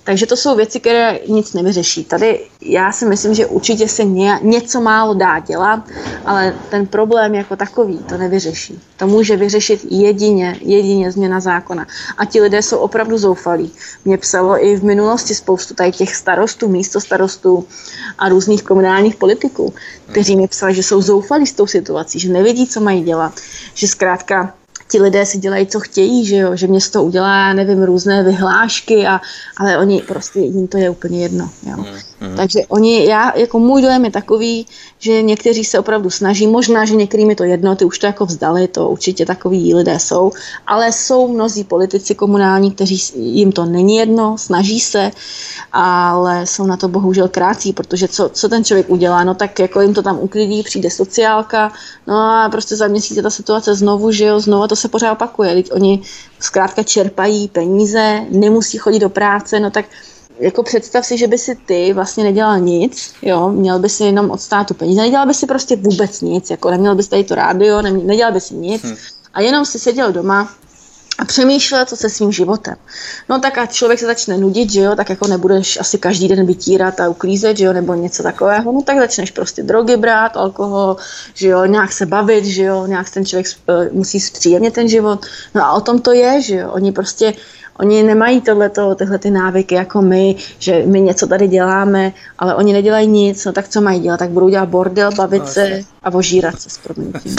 Takže to jsou věci, které nic nevyřeší. Tady já si myslím, že určitě se něco málo dá dělat, ale ten problém jako takový to nevyřeší. To může vyřešit jedině změna zákona. A ti lidé jsou opravdu zoufalí. Mě psalo i v minulosti spoustu tady těch starostů, místostarostů a různých komunálních politiků, kteří mi psali, že jsou zoufalí s tou situací, že nevědí, co mají dělat, že zkrátka ti lidé si dělají, co chtějí, že město udělá, nevím, různé vyhlášky, ale oni prostě, jim to je úplně jedno. Jo. Takže jako můj dojem je takový, že někteří se opravdu snaží, možná, že některým je to jedno, ty už to jako vzdali, to určitě takový lidé jsou, ale jsou mnozí politici komunální, kteří jim to není jedno, snaží se, ale jsou na to bohužel krátcí, protože co ten člověk udělá, no tak jako jim to tam uklidí, přijde sociálka, no a prostě za měsíc je ta situace znovu, že jo, znovu to se pořád opakuje, teď oni zkrátka čerpají peníze, nemusí chodit do práce, no tak jako představ si, že by si ty vlastně nedělal nic, jo, měl by si jenom od státu peníze, nedělal by si prostě vůbec nic, jako neměl bys tady to rádio, nedělal by si nic a jenom si seděl doma a přemýšlel, co se svým životem. No tak a člověk se začne nudit, že jo, tak jako nebudeš asi každý den vytírat a uklízet, že jo, nebo něco takového, no tak začneš prostě drogy brát, alkohol, že jo, nějak se bavit, že jo, nějak ten člověk musí zpříjemnit ten život, no a o tom to je, že jo, Oni nemají tyhle ty návyky jako my, že my něco tady děláme, ale oni nedělají nic, no tak co mají dělat? Tak budou dělat bordel, bavit se a ožírat se s prominutím.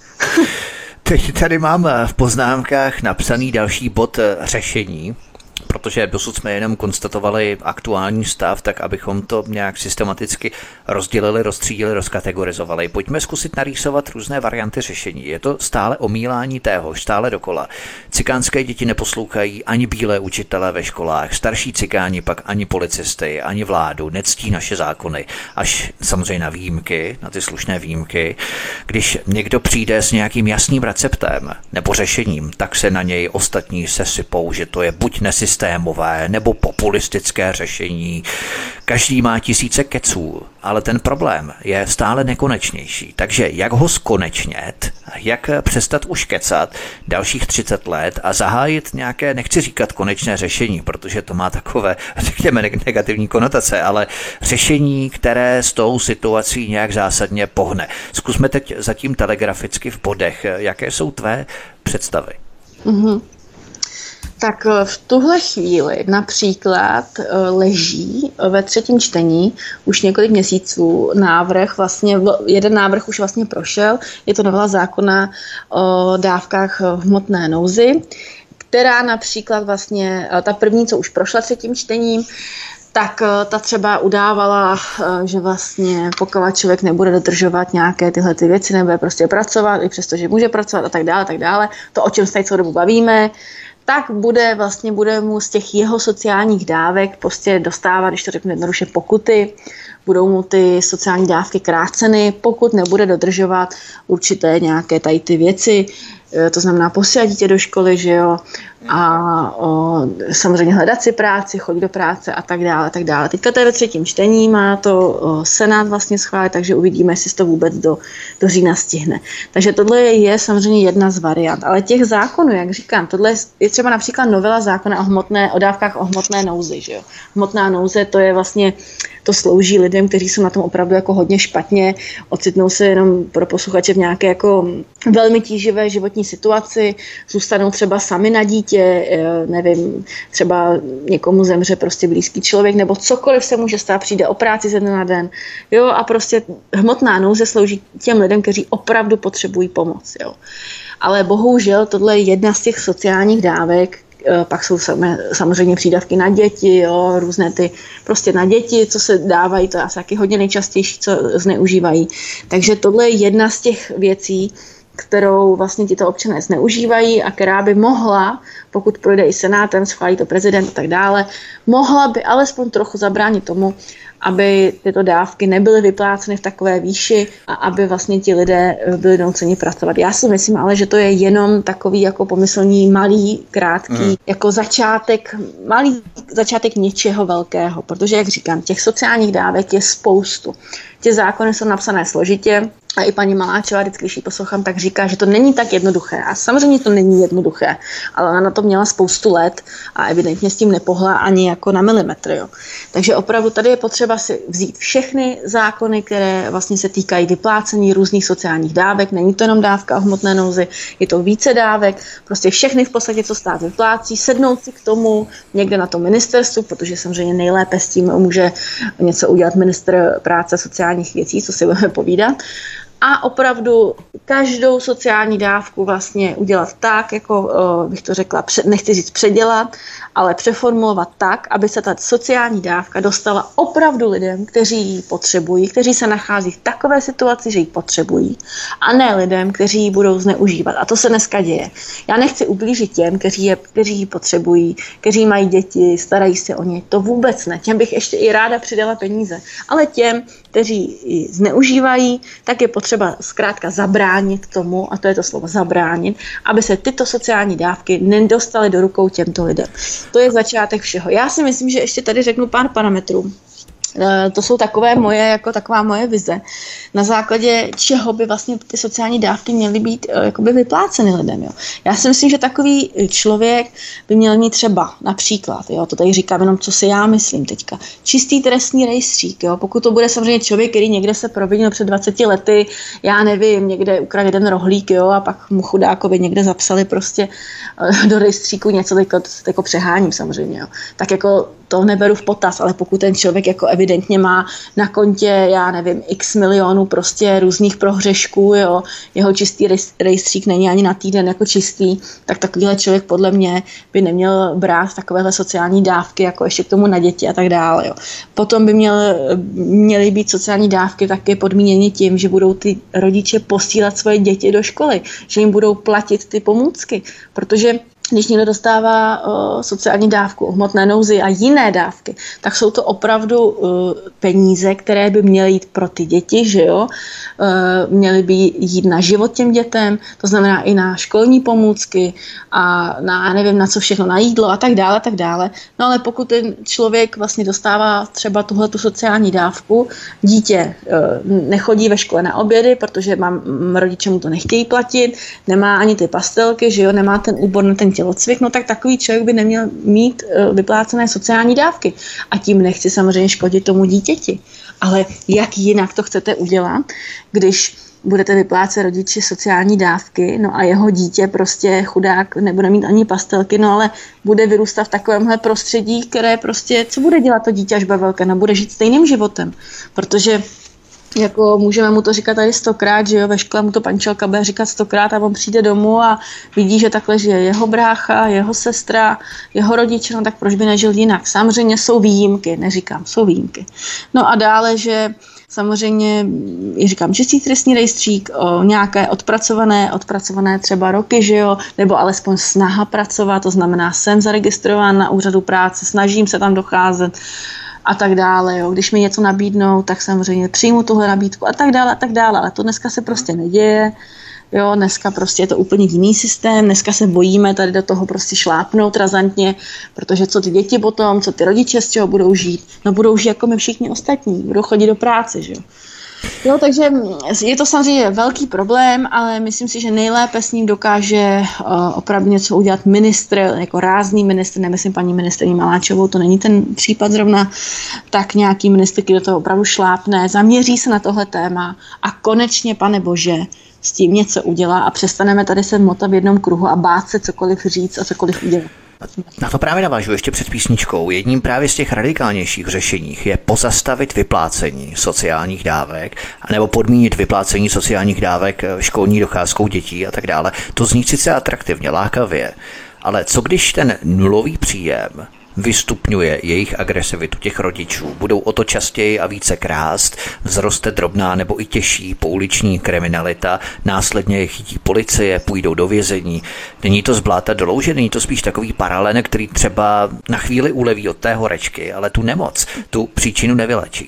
Teď tady mám v poznámkách napsaný další bod řešení, protože dosud jsme jenom konstatovali aktuální stav, tak abychom to nějak systematicky rozdělili, rozstřídili, rozkategorizovali. Pojďme zkusit narýsovat různé varianty řešení. Je to stále omílání téhož, stále dokola. Cikánské děti neposlouchají ani bílé učitelé ve školách, starší cikáni pak ani policisty, ani vládu, nectí naše zákony, až samozřejmě na výjimky, na ty slušné výjimky. Když někdo přijde s nějakým jasným receptem nebo řešením, tak se na něj ostatní sesypou, že to je buď nesystémové nebo populistické řešení. Každý má tisíce keců, ale ten problém je stále nekonečnější. Takže jak ho zkonečnět, jak přestat už kecat dalších 30 let a zahájit nějaké, nechci říkat konečné řešení, protože to má takové, řekněme, negativní konotace, ale řešení, které s tou situací nějak zásadně pohne. Zkusme teď zatím telegraficky v bodech. Jaké jsou tvé představy? Tak v tuhle chvíli například leží ve třetím čtení už několik měsíců jeden návrh už vlastně prošel, je to novela zákona o dávkách v hmotné nouzi, která například vlastně, ta první, co už prošla třetím čtením, tak ta třeba udávala, že vlastně pokud člověk nebude dodržovat nějaké tyhle ty věci, nebude prostě pracovat, i přesto, že může pracovat a tak dále, to, o čem se tady celou dobu bavíme, tak bude mu z těch jeho sociálních dávek prostě dostávat, když to řeknu jednoduše, pokuty, budou mu ty sociální dávky kráceny, pokud nebude dodržovat určité nějaké tady ty věci, to znamená posílat dítě do školy, že jo, a samozřejmě hledat si práci, chodit do práce a tak dále, tak dále. Teďka to je ve třetím čtení, má to Senát vlastně schválit, takže uvidíme, jestli se to vůbec do října stihne. Takže tohle je samozřejmě jedna z variant, ale těch zákonů, jak říkám, tohle je třeba například novela zákona o dávkách o hmotné nouzi, že jo. Hmotná nouze, to je vlastně, to slouží lidem, kteří jsou na tom opravdu jako hodně špatně, ocitnou se jenom pro posluchače v nějaké jako velmi tíživé životní situaci, zůstanou třeba sami na dítě, nevím, třeba někomu zemře prostě blízký člověk, nebo cokoliv se může stát, přijde o práci ze dne na den, jo, a prostě hmotná nouze slouží těm lidem, kteří opravdu potřebují pomoc, jo. Ale bohužel tohle je jedna z těch sociálních dávek, pak jsou samozřejmě přídavky na děti, jo, různé ty prostě na děti, co se dávají, to je asi taky hodně nejčastější, co zneužívají. Takže tohle je jedna z těch věcí, kterou vlastně tito občané zneužívají a která by mohla, pokud projde i senátem, schválí to prezident a tak dále, mohla by alespoň trochu zabránit tomu, aby tyto dávky nebyly vypláceny v takové výši a aby vlastně ti lidé byli donuceni pracovat. Já si myslím ale, že to je jenom takový jako pomyslný malý, krátký, jako malý začátek něčeho velkého, protože, jak říkám, těch sociálních dávek je spoustu. Ty zákony jsou napsané složitě, a i paní Maláčová, vždycky, když ji poslouchám, tak říká, že to není tak jednoduché. A samozřejmě to není jednoduché, ale ona na to měla spoustu let a evidentně s tím nepohla ani jako na milimetr. Jo. Takže opravdu tady je potřeba si vzít všechny zákony, které vlastně se týkají vyplácení různých sociálních dávek. Není to jenom dávka o hmotné nouzi, je to více dávek, prostě všechny v podstatě, co stát vyplácí, sednout si k tomu někde na tom ministerstvu, protože samozřejmě nejlépe s tím může něco udělat ministr práce a sociálních věcí, co si budeme povídat. A opravdu každou sociální dávku vlastně udělat tak, jako bych to řekla, nechci říct předělat, ale přeformulovat tak, aby se ta sociální dávka dostala opravdu lidem, kteří ji potřebují, kteří se nachází v takové situaci, že ji potřebují, a ne lidem, kteří ji budou zneužívat. A to se dneska děje. Já nechci ublížit těm, kteří ji potřebují, kteří mají děti, starají se o ně. To vůbec ne. Těm bych ještě i ráda přidala peníze. Ale těm, kteří ji zneužívají, tak je potřeba zkrátka zabránit tomu, a to je to slovo zabránit, aby se tyto sociální dávky nedostaly do rukou těmto lidem. To je začátek všeho. Já si myslím, že ještě tady řeknu pár parametrů. To jsou taková moje vize, na základě čeho by vlastně ty sociální dávky měly být jakoby vypláceny lidem. Jo. Já si myslím, že takový člověk by měl mít třeba například, jo, to tady říkám jenom, co si já myslím teďka, čistý trestní rejstřík. Jo. Pokud to bude samozřejmě člověk, který někde se provinil před 20 lety, já nevím, někde ukradl jeden rohlík, jo, a pak mu chudákovi někde zapsali prostě do rejstříku něco, jako přeháním samozřejmě. Jo. Tak jako to neberu v potaz, ale pokud ten člověk jako evidentně má na kontě, já nevím, x milionů prostě různých prohřešků, jo, jeho čistý rejstřík není ani na týden jako čistý, tak takovýhle člověk podle mě by neměl brát takovéhle sociální dávky, jako ještě k tomu na děti a tak dále. Jo. Potom by měly být sociální dávky také podmíněny tím, že budou ty rodiče posílat svoje děti do školy, že jim budou platit ty pomůcky, protože když někdo dostává sociální dávku o hmotné nouzi a jiné dávky, tak jsou to opravdu peníze, které by měly jít pro ty děti, že jo? Měly by jít na život těm dětem, to znamená i na školní pomůcky a na, nevím, na co všechno, na jídlo a tak dále, tak dále. No ale pokud ten člověk vlastně dostává třeba tuhletu sociální dávku, dítě nechodí ve škole na obědy, protože rodiče mu to nechtějí platit, nemá ani ty pastelky, že jo? Nemá ten úbor na ten tělocvik, no tak takový člověk by neměl mít vyplácené sociální dávky. A tím nechci samozřejmě škodit tomu dítěti. Ale jak jinak to chcete udělat, když budete vyplácet rodiči sociální dávky, no a jeho dítě prostě chudák nebude mít ani pastelky, no ale bude vyrůstat v takovémhle prostředí, které prostě, co bude dělat to dítě, až bude velké, no bude žít stejným životem, protože jako můžeme mu to říkat tady 100krát, že jo, ve škole mu to pančelka bude říkat 100krát a on přijde domů a vidí, že takhle žije jeho brácha, jeho sestra, jeho rodiče, no tak proč by nežil jinak? Samozřejmě jsou výjimky, neříkám, jsou výjimky. No a dále, že samozřejmě, říkám, čistý trestní rejstřík, nějaké odpracované třeba roky, že jo, nebo alespoň snaha pracovat, to znamená, jsem zaregistrován na úřadu práce, snažím se tam docházet, a tak dále. Jo. Když mi něco nabídnou, tak samozřejmě přijmu tuhle nabídku a tak dále. Ale to dneska se prostě neděje. Jo, dneska prostě je to úplně jiný systém, dneska se bojíme tady do toho prostě šlápnout razantně, protože co ty děti potom, co ty rodiče z čeho budou žít? No budou žít jako my všichni ostatní, budou chodit do práce, že jo. Jo, takže je to samozřejmě velký problém, ale myslím si, že nejlépe s ním dokáže opravdu něco udělat ministr, jako rázný ministr, nemyslím paní ministryni Maláčovou, to není ten případ zrovna, tak nějaký ministr, který do toho opravdu šlápne, zaměří se na tohle téma a konečně, pane bože, s tím něco udělá a přestaneme tady se motat v jednom kruhu a bát se cokoliv říct a cokoliv udělat. Na to právě navážu ještě před písničkou. Jedním právě z těch radikálnějších řešení je pozastavit vyplácení sociálních dávek nebo podmínit vyplácení sociálních dávek školní docházkou dětí a tak dále. To zní sice atraktivně, lákavě, ale co když ten nulový příjem vystupňuje jejich agresivitu těch rodičů, budou o to častěji a více krást, vzroste drobná nebo i těžší pouliční kriminalita, následně je chytí policie, půjdou do vězení. Není to z bláta do louže, není to spíš takový paralen, který třeba na chvíli uleví od té horečky, ale tu nemoc, tu příčinu nevylečí.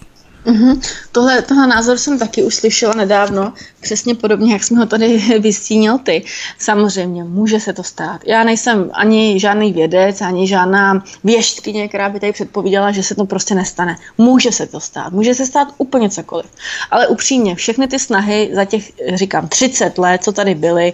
Tohle názor jsem taky už slyšela nedávno, přesně podobně, jak jsme ho tady vystínil ty. Samozřejmě, může se to stát. Já nejsem ani žádný vědec, ani žádná věštkyně, která by tady předpovídala, že se to prostě nestane. Může se to stát. Může se stát úplně cokoliv. Ale upřímně, všechny ty snahy za těch, říkám, 30 let, co tady byly,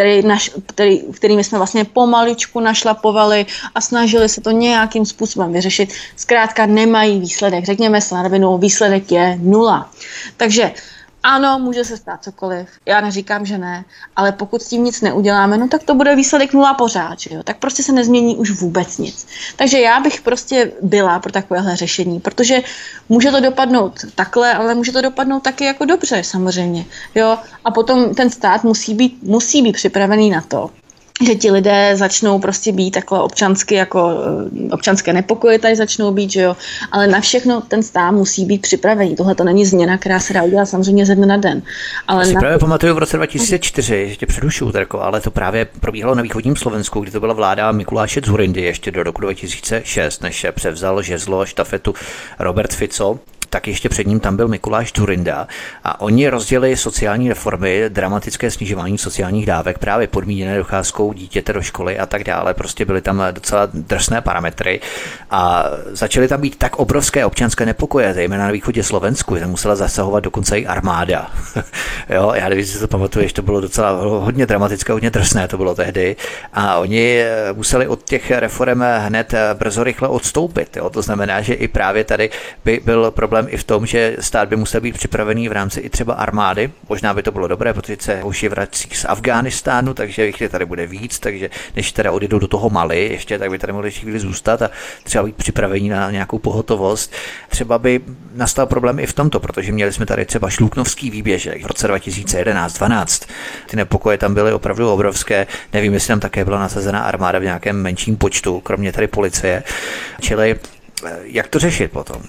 kterými jsme vlastně pomaličku našlapovali a snažili se to nějakým způsobem vyřešit, zkrátka nemají výsledek. Řekněme se na rovinu, výsledek je 0. Takže ano, může se stát cokoliv, já neříkám, že ne, ale pokud s tím nic neuděláme, no tak to bude výsledek 0 pořád, že jo? Tak prostě se nezmění už vůbec nic. Takže já bych prostě byla pro takovéhle řešení, protože může to dopadnout takhle, ale může to dopadnout taky jako dobře samozřejmě, jo? A potom ten stát musí být připravený na to, že ti lidé začnou prostě být takhle občansky, jako občanské nepokoje tady začnou být, že jo, ale na všechno ten stát musí být připravený. Tohle to není změna, která se dá udělat samozřejmě ze dne na den. Ale si právě pamatuju v roce 2004, ještě předušu, ale to právě probíhalo na východním Slovensku, kdy to byla vláda Mikuláše Dzurindy ještě do roku 2006, než převzal žezlo a štafetu Robert Fico. Tak ještě před ním tam byl Mikuláš Dzurinda a oni rozdělili sociální reformy, dramatické snižování sociálních dávek, právě podmíněné docházkou dítěte do školy a tak dále. Prostě byly tam docela drsné parametry a začaly tam být tak obrovské občanské nepokoje, zejména na východě Slovensku, že musela zasahovat dokonce i armáda. Jo, já nevím, jestli to pamatuješ, to bylo docela hodně dramatické, hodně drsné to bylo tehdy a oni museli od těch reform hned brzo rychle odstoupit. Jo. To znamená, že i právě tady by byl problém i v tom, že stát by musel být připravený v rámci i třeba armády. Možná by to bylo dobré, protože se už vrací z Afghánistánu, takže jich tady bude víc, takže než teda odjedou do toho Mali ještě, tak by tady mohli chvíli zůstat a třeba být připravení na nějakou pohotovost. Třeba by nastal problém i v tomto, protože měli jsme tady třeba Šluknovský výběžek v roce 2011-12. Ty nepokoje tam byly opravdu obrovské. Nevím, jestli tam také byla nasazena armáda v nějakém menším počtu, kromě tady policie. Čili jak to řešit potom?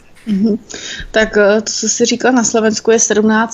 Tak to, co jsi říkala na Slovensku, je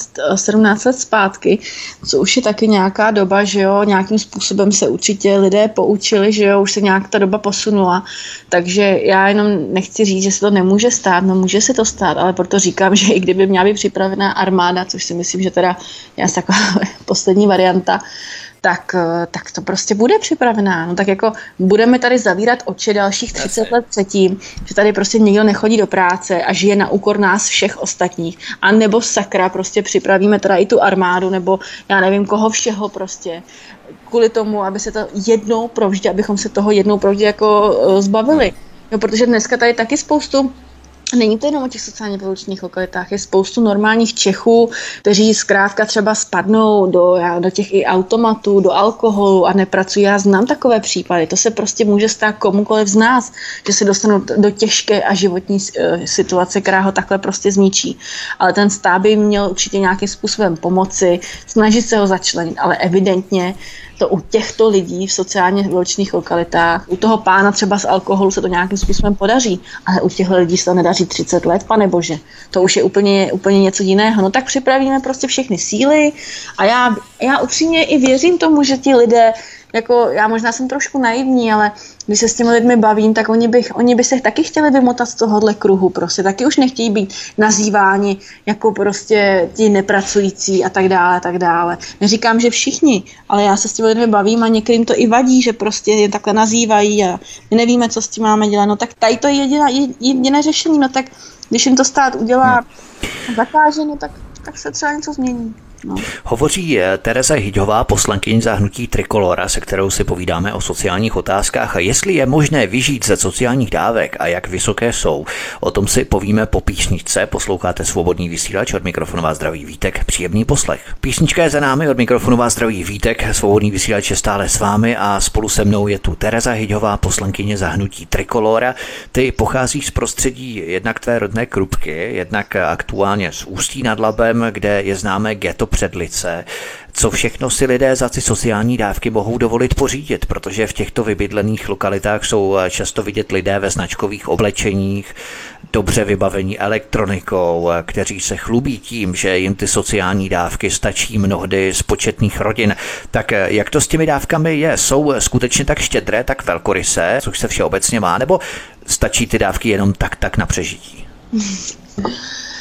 17 let zpátky, co už je taky nějaká doba, že jo, nějakým způsobem se určitě lidé poučili, že jo, už se nějak ta doba posunula, takže já jenom nechci říct, že se to nemůže stát, no může se to stát, ale proto říkám, že i kdyby měla být připravená armáda, což si myslím, že teda je taková poslední varianta, tak to prostě bude připravená. No tak jako budeme tady zavírat oči dalších 30 let předtím, že tady prostě nikdo nechodí do práce a žije na úkor nás všech ostatních. A nebo sakra prostě připravíme teda i tu armádu, nebo já nevím koho všeho prostě. Kvůli tomu, aby se to jednou provždy, abychom se toho jednou provždy jako zbavili. No, protože dneska tady taky spoustu. Není to jenom o těch sociálně vyloučených lokalitách, je spoustu normálních Čechů, kteří zkrátka třeba spadnou do těch i automatů, do alkoholu a nepracují. Já znám takové případy, to se prostě může stát komukoliv z nás, že se dostanou do těžké a životní situace, která ho takhle prostě zničí. Ale ten stát by měl určitě nějakým způsobem pomoci, snažit se ho začlenit, ale evidentně to u těchto lidí v sociálně vyloučených lokalitách, u toho pána třeba z alkoholu se to nějakým způsobem podaří, ale u těchto lidí se to nedaří 30 let, pane bože. To už je úplně něco jiného. No tak připravíme prostě všechny síly a já upřímně i věřím tomu, že ti lidé, jako já možná jsem trošku naivní, ale když se s těmi lidmi bavím, tak oni by se taky chtěli vymotat z tohohle kruhu, prostě taky už nechtějí být nazýváni jako prostě ti nepracující a tak dále, tak dále. Neříkám, že všichni, ale já se s těmi lidmi bavím a některým to i vadí, že prostě je takhle nazývají a my nevíme, co s tím máme dělat. No tak tady to je jediné řešení, no tak když jim to stát udělá zakáže, no tak se třeba něco změní. No. Hovoří Tereza Hyďhová, poslankyně za hnutí Trikolora, se kterou si povídáme o sociálních otázkách a jestli je možné vyžít ze sociálních dávek a jak vysoké jsou. O tom si povíme po písničce. Posloucháte Svobodný vysílač, od mikrofonu vás zdraví Vítek. Příjemný poslech. Písnička je za námi, od mikrofonu vás zdraví Vítek. Svobodný vysílač je stále s vámi a spolu se mnou je tu Tereza Hyďhová, poslankyně za hnutí Trikolora. Ty pocházíš z prostředí jednak tvé rodné Krupky, jednak aktuálně z Ústí nad Labem, kde je známé ghetto Předlice. Co všechno si lidé za ty sociální dávky mohou dovolit pořídit, protože v těchto vybydlených lokalitách jsou často vidět lidé ve značkových oblečeních, dobře vybavení elektronikou, kteří se chlubí tím, že jim ty sociální dávky stačí mnohdy z početných rodin. Tak jak to s těmi dávkami je? Jsou skutečně tak štědré, tak velkorysé, což se všeobecně má, nebo stačí ty dávky jenom tak na přežití?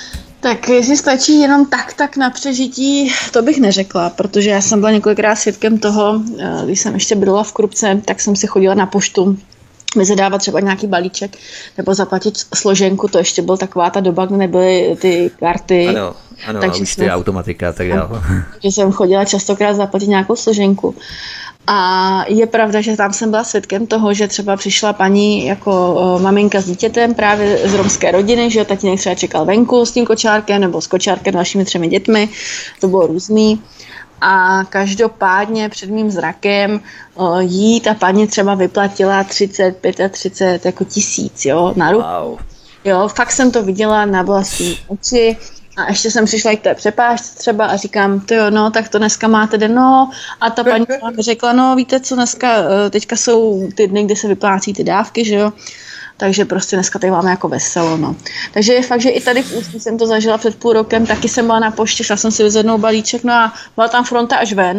Tak jestli stačí jenom tak na přežití, to bych neřekla, protože já jsem byla několikrát svědkem toho, když jsem ještě bydlela v Krupce, tak jsem si chodila na poštu vyzadávat třeba nějaký balíček nebo zaplatit složenku, to ještě byla taková ta doba, kdy nebyly ty karty. Ano, takže už ty automatika, tak dále. Takže jsem chodila častokrát zaplatit nějakou složenku. A je pravda, že tam jsem byla svědkem toho, že třeba přišla paní jako maminka s dítětem právě z romské rodiny, že tatínek třeba čekal venku s tím kočárkem nebo s kočárkem dalšími 3 dětmi, to bylo různý. A každopádně před mým zrakem jí ta paní třeba vyplatila 30, 35 jako 1000, jo, na ruku. Wow. Jo, fakt jsem to viděla na vlastní oči. A ještě jsem přišla i k té přepážce třeba a říkám, no, tak to dneska máte den, no. A ta paní mi řekla, no, víte co, dneska, teďka jsou ty dny, kdy se vyplácí ty dávky, že jo. Takže prostě dneska tady máme jako veselo, no. Takže je fakt, že i tady v Ústí jsem to zažila před půl rokem, taky jsem byla na poště, šla jsem si vyzvednout balíček, no a byla tam fronta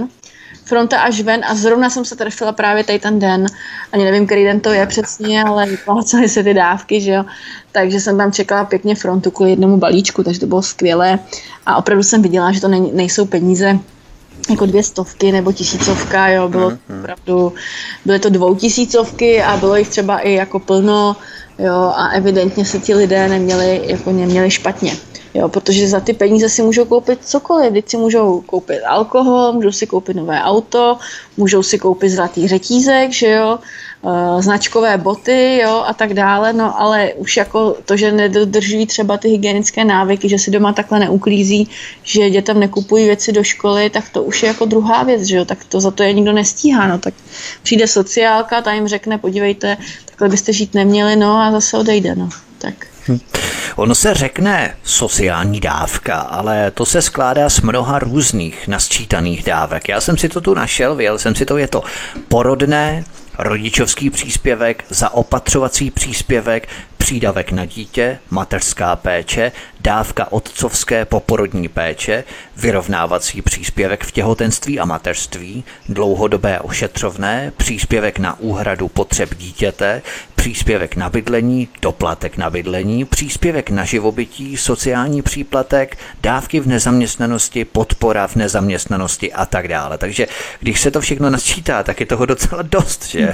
až ven a zrovna jsem se trefila právě tady ten den, ani nevím, který den to je přesně, ale vyplácaly se ty dávky, že jo, takže jsem tam čekala pěkně frontu kvůli jednomu balíčku, takže to bylo skvělé a opravdu jsem viděla, že to nejsou peníze jako 200 nebo 1000, jo, bylo opravdu, byly to 2000 a bylo jich třeba i jako plno, jo, a evidentně se ti lidé neměli špatně. Jo, protože za ty peníze si můžou koupit cokoliv. Vždyť si můžou koupit alkohol, můžou si koupit nové auto, můžou si koupit zlatý řetízek, že jo, značkové boty, jo, a tak dále, no ale už jako to, že nedodržují třeba ty hygienické návyky, že si doma takhle neuklízí, že dětem nekupují věci do školy, tak to už je jako druhá věc, že jo, tak to za to je nikdo nestíhá, no, tak přijde sociálka, ta jim řekne, podívejte, takhle byste žít neměli, no a zase odejde, no, tak. Ono se řekne sociální dávka, ale to se skládá z mnoha různých nasčítaných dávek. Já jsem si to tu našel, vyjel jsem si to, je to porodné, rodičovský příspěvek, zaopatřovací příspěvek, přídavek na dítě, mateřská péče, dávka otcovské poporodní péče, vyrovnávací příspěvek v těhotenství a mateřství, dlouhodobé ošetřovné, příspěvek na úhradu potřeb dítěte, příspěvek na bydlení, doplatek na bydlení, příspěvek na živobytí, sociální příplatek, dávky v nezaměstnanosti, podpora v nezaměstnanosti a tak dále. Takže když se to všechno nasčítá, tak je toho docela dost, že?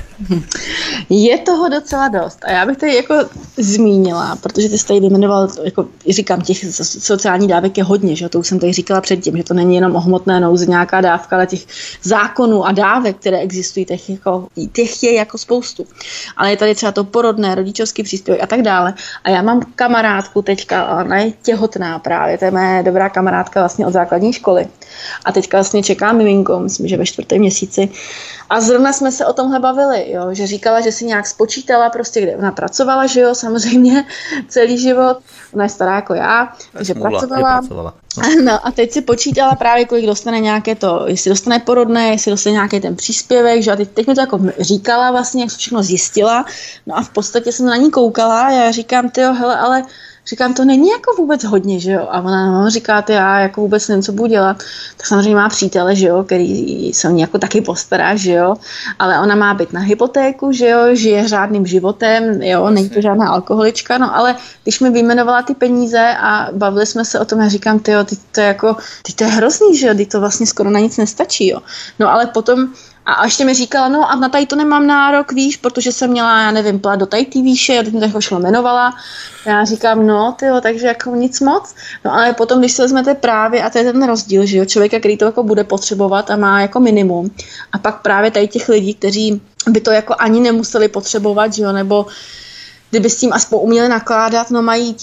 Je toho docela dost. A já bych tady jako zmínila, protože ty jsi tady vyjmenoval, jako říkám, těch sociálních dávek je hodně, že to už jsem tady říkala předtím, že to není jenom o hmotné nouzi nějaká dávka, ale těch zákonů a dávek, které existují, těch je jako spoustu. Ale je tady třeba to porodné, rodičovský příspěvek a tak dále. A já mám kamarádku teďka, ona je těhotná právě, to je moje dobrá kamarádka vlastně od základní školy. A teďka vlastně čeká miminko, myslím, že ve 4. měsíci. A zrovna jsme se o tomhle bavili, jo, že říkala, že si nějak spočítala prostě, kde ona pracovala, že jo, samozřejmě celý život. Ona je stará jako já, takže pracovala. No a teď si počítala právě, kolik dostane nějaké to, jestli dostane porodné, jestli dostane nějaký ten příspěvek, že a teď mi to jako říkala vlastně, jak se všechno zjistila. No a v podstatě jsem na ní koukala a já říkám, hele, ale říkám, to není jako vůbec hodně, že jo? A ona říká, já jako vůbec nevím, co budu dělat. Tak samozřejmě má přítele, že jo, který se o ní jako taky postará, že jo? Ale ona má byt na hypotéku, že jo, žije řádným životem, jo, není to žádná alkoholička, no ale když mi vyjmenovala ty peníze a bavili jsme se o tom, já říkám, ty to je hrozný, že jo, ty to vlastně skoro na nic nestačí, jo. No ale potom a ještě mi říkala, no a na tady to nemám nárok, víš, protože jsem měla, já nevím, plat do tady té výše, já teď to šlo jmenovala. Já říkám, no, takže jako nic moc. No ale potom, když se vezmete právě, a to je ten rozdíl, že jo, člověka, který to jako bude potřebovat a má jako minimum. A pak právě tady těch lidí, kteří by to jako ani nemuseli potřebovat, že jo, nebo kdyby s tím aspoň uměli nakládat, no mají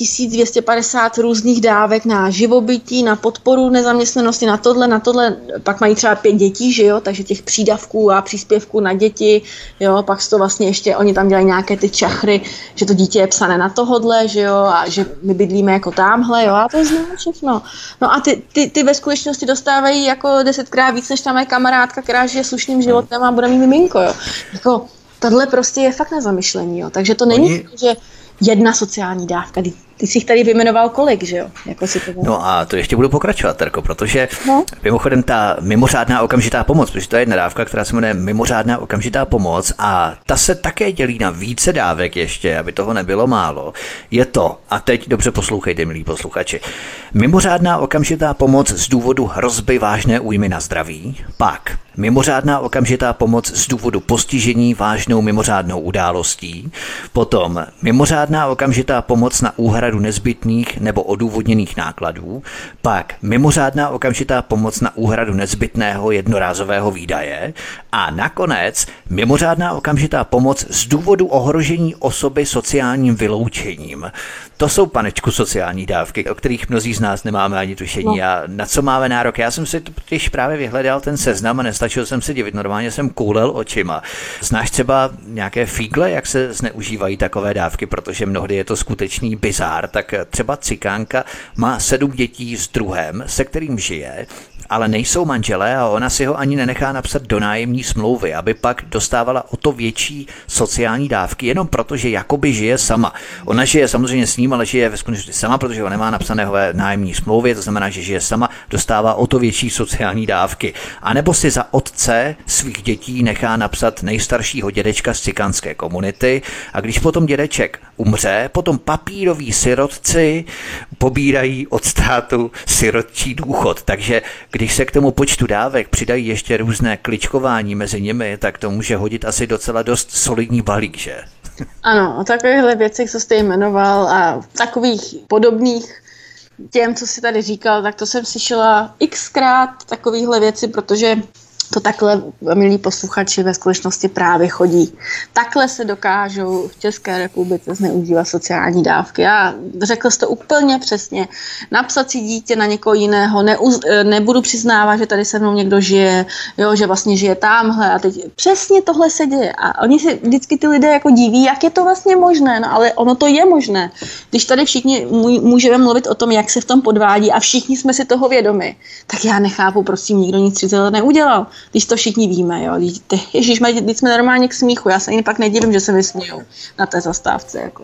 1250 různých dávek na živobytí, na podporu nezaměstnanosti, na tohle, pak mají třeba 5 dětí, že jo, takže těch přídavků a příspěvků na děti, jo, pak to vlastně ještě, oni tam dělají nějaké ty čachry, že to dítě je psané na tohodle, že jo, a že my bydlíme jako tamhle, jo, a to znamená všechno. No a ty ve skutečnosti dostávají jako 10krát víc, než ta moje kamarádka, která žije slušným životem a bude mít miminko, jo. Jako, tohle prostě je fakt na zamyšlení, jo. Takže to není, že jedna sociální dávka, Ty jsi jich tady vyjmenoval kolik, že jo? Jako si to... No a to ještě budu pokračovat, Terko, protože mimochodem ta mimořádná okamžitá pomoc, protože to je jedna dávka, která se jmenuje mimořádná okamžitá pomoc a ta se také dělí na více dávek ještě, aby toho nebylo málo. Je to, a teď dobře poslouchejte, milí posluchači, mimořádná okamžitá pomoc z důvodu hrozby vážné újmy na zdraví, pak mimořádná okamžitá pomoc z důvodu postižení vážnou mimořádnou událostí, potom mimořádná okamžitá pomoc na úhradu nezbytných nebo odůvodněných nákladů, pak mimořádná okamžitá pomoc na úhradu nezbytného jednorázového výdaje a nakonec mimořádná okamžitá pomoc z důvodu ohrožení osoby sociálním vyloučením. To jsou, panečku, sociální dávky, o kterých mnozí z nás nemáme ani tušení. A na co máme nárok? Já jsem si totiž právě vyhledal ten seznam a nestačil jsem se divit, normálně jsem koulel očima. Znáš třeba nějaké fígle, jak se zneužívají takové dávky, protože mnohdy je to skutečný bizár, tak třeba cikánka má 7 dětí s druhem, se kterým žije, ale nejsou manželé a ona si ho ani nenechá napsat do nájemní smlouvy, aby pak dostávala o to větší sociální dávky, jenom proto, že jakoby žije sama. Ona žije samozřejmě s ním, ale žije ve skutečnosti sama, protože ho nemá napsaného nájemní smlouvy, to znamená, že žije sama, dostává o to větší sociální dávky. A nebo si za otce svých dětí nechá napsat nejstaršího dědečka z cikánské komunity a když potom dědeček umře, potom papíroví sirotci pobírají od státu sirotčí důchod. Takže když se k tomu počtu dávek přidají ještě různé kličkování mezi nimi, tak to může hodit asi docela dost solidní balík, že? Ano, o takovýchhle věcech, co jste jmenoval a takových podobných těm, co jsi tady říkal, tak to jsem slyšela xkrát takovýchhle věci, protože to takhle, milí posluchači, ve skutečnosti právě chodí. Takhle se dokážou v České republice zneužívat sociální dávky. Já řekl jsi to úplně přesně. Napsat si dítě na někoho jiného, nebudu přiznávat, že tady se mnou někdo žije, jo, že vlastně žije tamhle a teď přesně tohle se děje. A oni si vždycky ty lidé jako diví, jak je to vlastně možné, no ale ono to je možné. Když tady všichni můžeme mluvit o tom, jak se v tom podvádí a všichni jsme si toho vědomi, tak já nechápu, prosím, nikdo nic 30 let neudělal. Když to všichni víme, jo. Ježišmarja, teď jsme normálně k smíchu, já se ani pak nedivím, že se vysmějou na té zastávce, jako.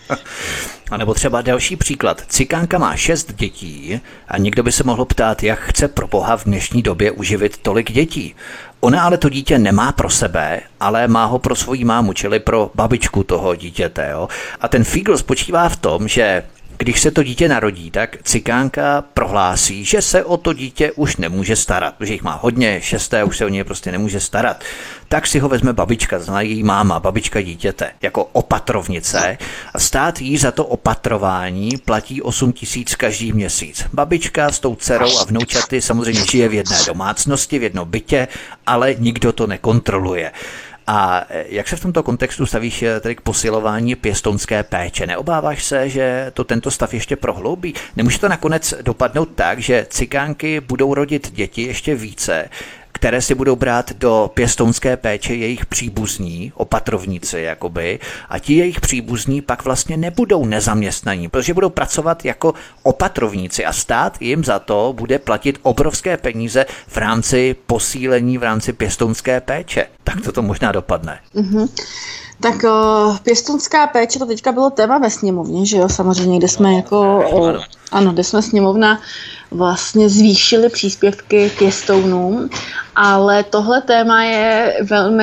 A nebo třeba další příklad. Cikánka má 6 dětí a někdo by se mohl ptát, jak chce pro boha v dnešní době uživit tolik dětí. Ona ale to dítě nemá pro sebe, ale má ho pro svoji mámu, čili pro babičku toho dítěte. Jo? A ten fígl spočívá v tom, že když se to dítě narodí, tak cikánka prohlásí, že se o to dítě už nemůže starat, protože jich má hodně, 6. už se o něj prostě nemůže starat. Tak si ho vezme babička, znamená její máma, babička dítěte, jako opatrovnice a stát jí za to opatrování platí 8 000 každý měsíc. Babička s tou dcerou a vnoučaty samozřejmě žije v jedné domácnosti, v jednom bytě, ale nikdo to nekontroluje. A jak se v tomto kontextu stavíš tedy k posilování pěstounské péče? Neobáváš se, že to tento stav ještě prohloubí? Nemůže to nakonec dopadnout tak, že cikánky budou rodit děti ještě více, které si budou brát do pěstounské péče jejich příbuzní, opatrovníci jakoby, a ti jejich příbuzní pak vlastně nebudou nezaměstnaní, protože budou pracovat jako opatrovníci a stát jim za to bude platit obrovské peníze v rámci posílení, v rámci pěstounské péče. Tak to možná dopadne. Mm-hmm. Tak pěstounská péče, to teďka bylo téma ve sněmovně, že jo, samozřejmě, kde jsme kde jsme sněmovna vlastně zvýšili příspěvky pěstounům, ale tohle téma je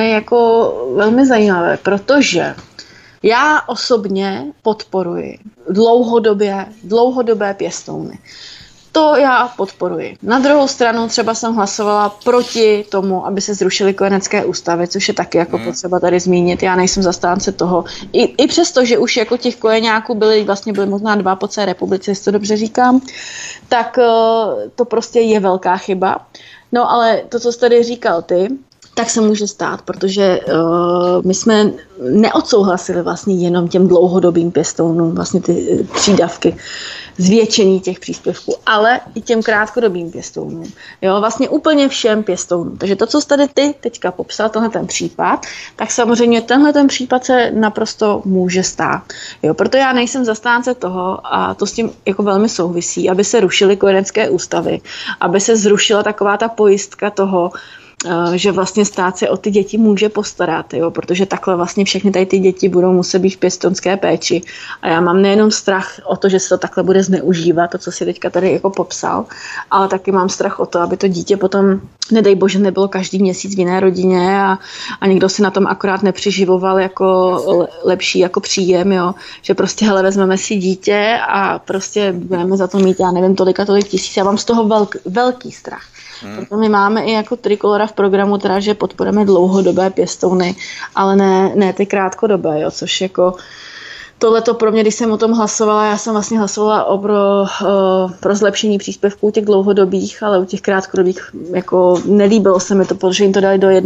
velmi zajímavé, protože já osobně podporuji dlouhodobé pěstouny. To já podporuji. Na druhou stranu třeba jsem hlasovala proti tomu, aby se zrušily kojenecké ústavy, což je taky jako potřeba tady zmínit. Já nejsem zastánce toho. I přesto, že už jako těch kojeňáků byly možná 2 po celé republice, jestli to dobře říkám, tak to prostě je velká chyba. No ale to, co jsi tady říkal ty, tak se může stát, protože my jsme neodsouhlasili vlastně jenom těm dlouhodobým pěstounům, vlastně ty přídavky, zvětšení těch příspěvků, ale i těm krátkodobým pěstounům. Jo, vlastně úplně všem pěstounům. Takže to, co jsi tady ty teďka popsal, tenhle ten případ, tak samozřejmě tenhle ten případ se naprosto může stát. Jo, proto já nejsem zastánce toho, a to s tím jako velmi souvisí, aby se rušily kojenecké ústavy, aby se zrušila taková ta pojistka toho, že vlastně stát se o ty děti může postarat, jo, protože takhle vlastně všechny tady ty děti budou muset být v pěstounské péči. A já mám nejenom strach o to, že se to takhle bude zneužívat, to, co si teďka tady jako popsal, ale taky mám strach o to, aby to dítě potom, nedej bože, nebylo každý měsíc v jiné rodině a někdo si na tom akorát nepřiživoval jako lepší jako příjem, jo, že prostě hele, vezmeme si dítě a prostě budeme za to mít, já nevím, tolik tisíc. Já mám z toho velký strach. Proto my máme i jako Trikolora v programu, teda, že podporujeme dlouhodobé pěstouny, ale ne ty krátkodobé, jo, což jako tohleto pro mě, když jsem o tom hlasovala, já jsem vlastně hlasovala pro zlepšení příspěvků těch dlouhodobých, ale u těch krátkodobých jako nelíbilo se mi to, protože jim to dali do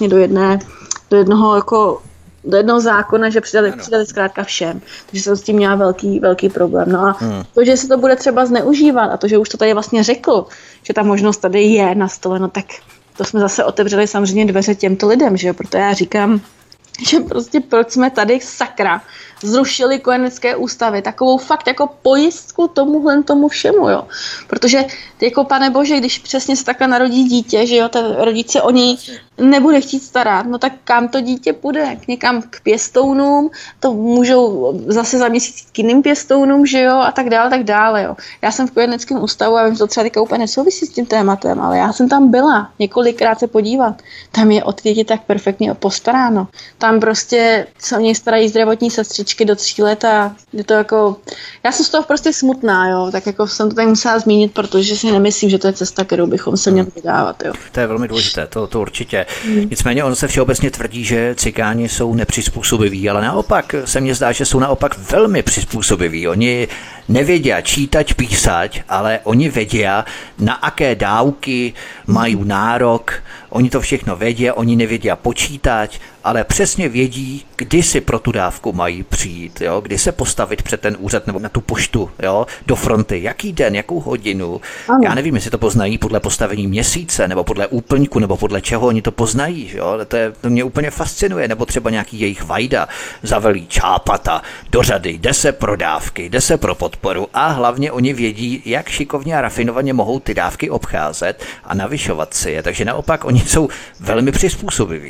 jednoho zákona, že přidali zkrátka všem. Takže jsem s tím měla velký problém. No a to, že se to bude třeba zneužívat a to, že už to tady vlastně řekl, že ta možnost tady je na stole, no tak to jsme zase otevřeli samozřejmě dveře těmto lidem, že jo, proto já říkám, že prostě proč jsme tady sakra zrušili kojenecké ústavy, takovou fakt jako pojistku tomu všemu, jo. Protože jako pane bože, když přesně se takhle narodí dítě, že jo, ten rodič se o něj nebude chtít starat, no tak kam to dítě půjde? Někam k pěstounům, to můžou zase za měsíc k jiným pěstounům, že jo, a tak dále, jo. Já jsem v kojeneckém ústavu a vím, že to třeba teďka úplně nesouvisí s tím tématem, ale já jsem tam byla několikrát se podívat. Tam je o ty děti tak perfektně postaráno. Tam prostě se o něj starají zdravotní sestřičky do 3 let a je to jako, já jsem z toho prostě smutná, jo, tak jako jsem to tady musela zmínit, protože si nemyslím, že to je cesta, kterou bychom se měli vydávat, jo. To je velmi důležité, to určitě. Nicméně ono se všeobecně tvrdí, že cikáni jsou nepřizpůsobiví, ale naopak se mně zdá, že jsou naopak velmi přizpůsobiví. Oni nevědí čítať, písať, ale oni vědí, na aké dávky mají nárok, oni to všechno vědí, oni nevědí počítat, ale přesně vědí, kdy si pro tu dávku mají přijít, jo? Kdy se postavit před ten úřad nebo na tu poštu, jo? Do fronty, jaký den, jakou hodinu. Ano. Já nevím, jestli to poznají podle postavení měsíce, nebo podle úplňku, nebo podle čeho oni to poznají. Jo? To mě úplně fascinuje, nebo třeba nějaký jejich vajda zavelí čápata do řady, jde se pro dávky, jde se pro podporu a hlavně oni vědí, jak šikovně a rafinovaně mohou ty dávky obcházet a navyšovat si je. Takže naopak oni jsou velmi přizpůsobiví.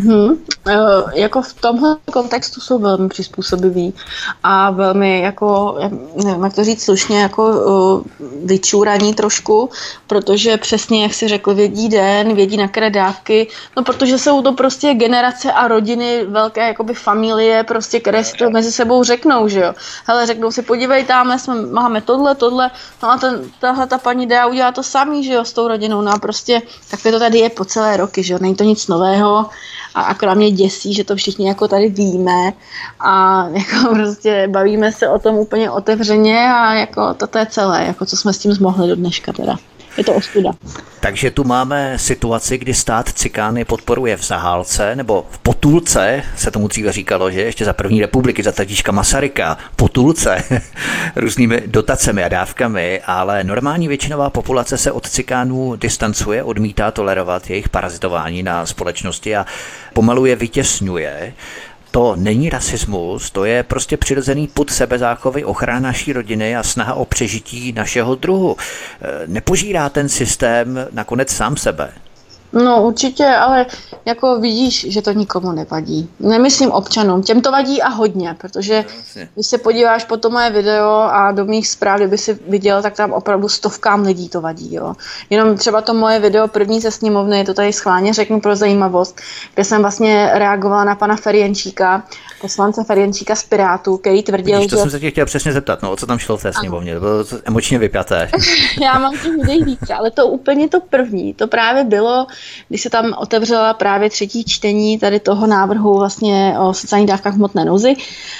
Jako v tomhle kontextu jsou velmi přizpůsobiví a velmi jako, nevím, jak to říct slušně, jako vyčúraní trošku, protože přesně, jak jsi řekl, vědí den, vědí na které dávky, no protože jsou to prostě generace a rodiny, velké jakoby familie, prostě, které si to mezi sebou řeknou, že jo. Hele, řeknou si, podívej, tamhle máme tohle, no a tahle ta paní Dea udělá to samý, že jo, s tou rodinou, no a prostě takhle to tady je po celé roky, že jo, není to nic nového. A akorát mě děsí, že to všichni jako tady víme a jako prostě bavíme se o tom úplně otevřeně a jako toto je celé, jako co jsme s tím zmohli do dneška teda. Je to ostuda. Takže tu máme situaci, kdy stát cikány podporuje v Zahálce, nebo v Potulce, se tomu dříve říkalo, že ještě za první republiky, za tatíčka Masaryka, Potulce, různými dotacemi a dávkami, ale normální většinová populace se od cikánů distancuje, odmítá tolerovat jejich parazitování na společnosti a pomalu je vytěsňuje. To není rasismus, to je prostě přirozený pud sebezáchovy, ochrana naší rodiny a snaha o přežití našeho druhu. Nepožírá ten systém nakonec sám sebe? No určitě, ale jako vidíš, že to nikomu nevadí. Nemyslím občanům, těm to vadí a hodně, protože když se podíváš po to moje video a do mých zpráv, kdyby si viděl, tak tam opravdu stovkám lidí to vadí. Jo. Jenom třeba to moje video první ze sněmovny, to tady schválně řeknu pro zajímavost, kde jsem vlastně reagovala na pana Ferjenčíka, poslance Ferjenčíka z Pirátů, který tvrdil, vidíš, to jsem se tě chtěl přesně zeptat, no, o co tam šlo v té sněmovně, to bylo emočně vypjaté. Já mám těch videí víc, ale to úplně to první, to právě bylo, když se tam otevřela právě třetí čtení tady toho návrhu vlastně o sociálních dávkách hmotné nouzi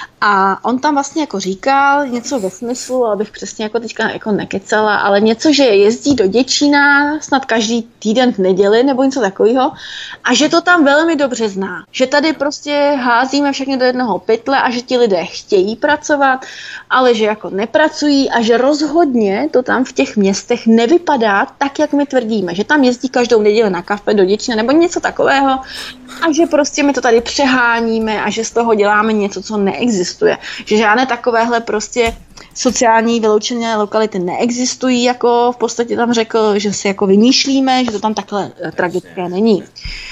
a on tam vlastně jako říkal něco ve smyslu, abych přesně jako teďka jako nekecala, ale něco, že jezdí do Děčína snad každý týden v neděli nebo něco takového a že to tam velmi dobře zná, že tady prostě házíme všechny do jednoho pytle a že ti lidé chtějí pracovat, ale že jako nepracují a že rozhodně to tam v těch městech nevypadá tak, jak my tvrdíme, že tam jezdí každou neděli na kafe do Děčína nebo něco takového a že prostě my to tady přeháníme a že z toho děláme něco, co neexistuje. Že žádné takovéhle prostě sociální vyloučené lokality neexistují, jako v podstatě tam řekl, že si jako vymýšlíme, že to tam takhle tragické není.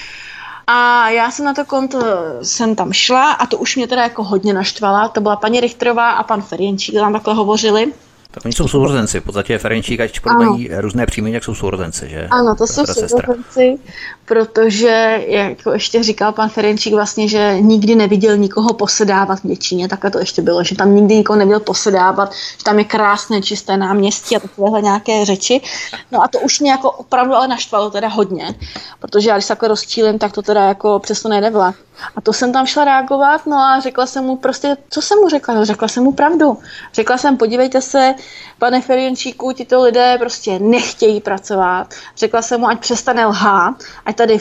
A já jsem na to konto jsem tam šla a to už mě teda jako hodně naštvala. To byla paní Richterová a pan Ferjenčík, tam takhle hovořili. Tak oni jsou sourozenci, v podstatě Ferenčík, ať mají různé příjmení, jak jsou sourozenci, že? Ano, to jsou sourozenci, protože, jako ještě říkal pan Ferenčík vlastně, že nikdy neviděl nikoho posedávat v Děčíně, takhle to ještě bylo, že tam nikdy nikoho neviděl posedávat, že tam je krásné, čisté náměstí a takovéhle nějaké řeči. No a to už mě jako opravdu ale naštvalo teda hodně, protože já když se takhle rozčílim, tak to teda jako přesto nejde vlak. A to jsem tam šla reagovat, no a řekla jsem mu prostě, co jsem mu řekla? No, řekla jsem mu pravdu. Řekla jsem, podívejte se, pane Ferjenčíku, tito lidé prostě nechtějí pracovat. Řekla jsem mu, ať přestane lhát, ať tady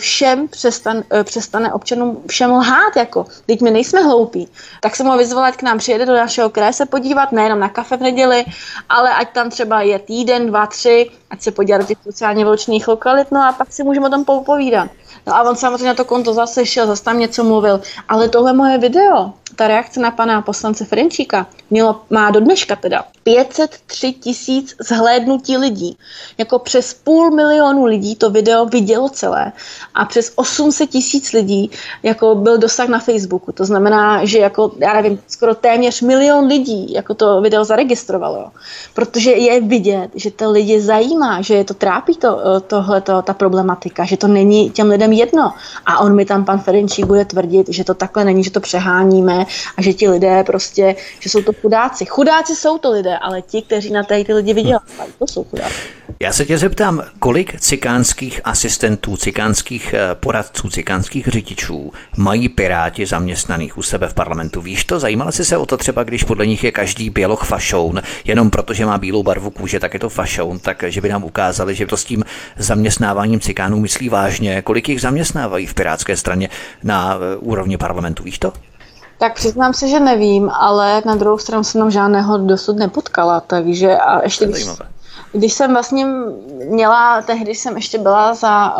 přestane občanům všem lhát, jako, teď my nejsme hloupí. Tak jsem ho vyzvala, ať k nám přijede do našeho kraje se podívat, nejenom na kafe v neděli, ale ať tam třeba je týden, 2, 3, ať se podívá do těch sociálně vyloučených lokalit, no a pak si můžeme o tom popovídat. No a on samozřejmě na to konto zase šel, zase tam něco mluvil, ale tohle moje video, ta reakce na pana poslance Ferjenčíka má do dneška teda 503 000 zhlédnutí lidí. Jako přes 500 000 lidí to video vidělo celé a přes 800 000 lidí jako byl dosah na Facebooku. To znamená, že jako, já nevím, skoro téměř 1 000 000 lidí jako to video zaregistrovalo. Jo. Protože je vidět, že to lidi zajímá, že je to trápí ta problematika, že to není těm lidem jedno. A on mi tam, pan Ferjenčík, bude tvrdit, že to takhle není, že to přeháníme a že ti lidé prostě, že jsou to chudáci. Chudáci jsou to lidé, ale ti, kteří na ty lidi vydělávají, to jsou chudáci. Já se tě zeptám, kolik cikánských asistentů, cikánských poradců, cikánských řidičů mají Piráti zaměstnaných u sebe v parlamentu? Víš to? Zajímala jsi se o to třeba, když podle nich je každý běloch fašoun, jenom protože má bílou barvu kůže, tak je to fašoun, takže by nám ukázali, že to s tím zaměstnáváním cikánů myslí vážně. Kolik jich zaměstnávají v Pirátské straně na úrovni parlamentu? Víš to? Tak přiznám se, že nevím, ale na druhou stranu jsem tam žádného dosud nepotkala, takže a ještě když jsem vlastně měla, tehdy jsem ještě byla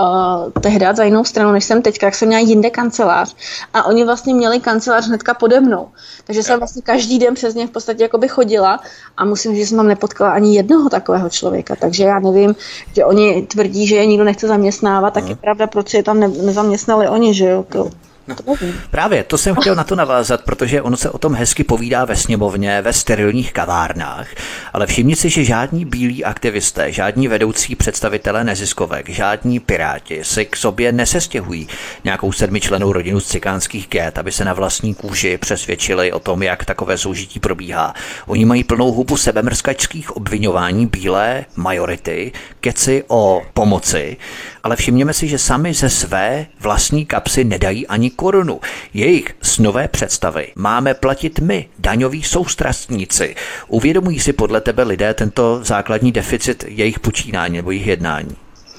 za jinou stranu, než jsem teďka, tak jsem měla jinde kancelář a oni vlastně měli kancelář hnedka pode mnou. Takže jsem vlastně každý den přes ně v podstatě jakoby chodila a musím říct, že jsem tam nepotkala ani jednoho takového člověka, takže já nevím, že oni tvrdí, že je nikdo nechce zaměstnávat, tak je pravda, proč je tam nezaměstnali oni, že jo, to. No, právě, to jsem chtěl na to navázat, protože ono se o tom hezky povídá ve sněmovně, ve sterilních kavárnách, ale všimni si, že žádní bílí aktivisté, žádní vedoucí představitelé neziskovek, žádní Piráti si k sobě nesestěhují nějakou 7člennou rodinu z cikánských ghett, aby se na vlastní kůži přesvědčili o tom, jak takové soužití probíhá. Oni mají plnou hubu sebemrskačských obviňování bílé majority, keci o pomoci, ale všimněme si, že sami ze své vlastní kapsy nedají ani korunu. Jejich snové představy máme platit my, daňoví soustrastníci. Uvědomují si podle tebe lidé tento základní deficit jejich počínání nebo jejich jednání?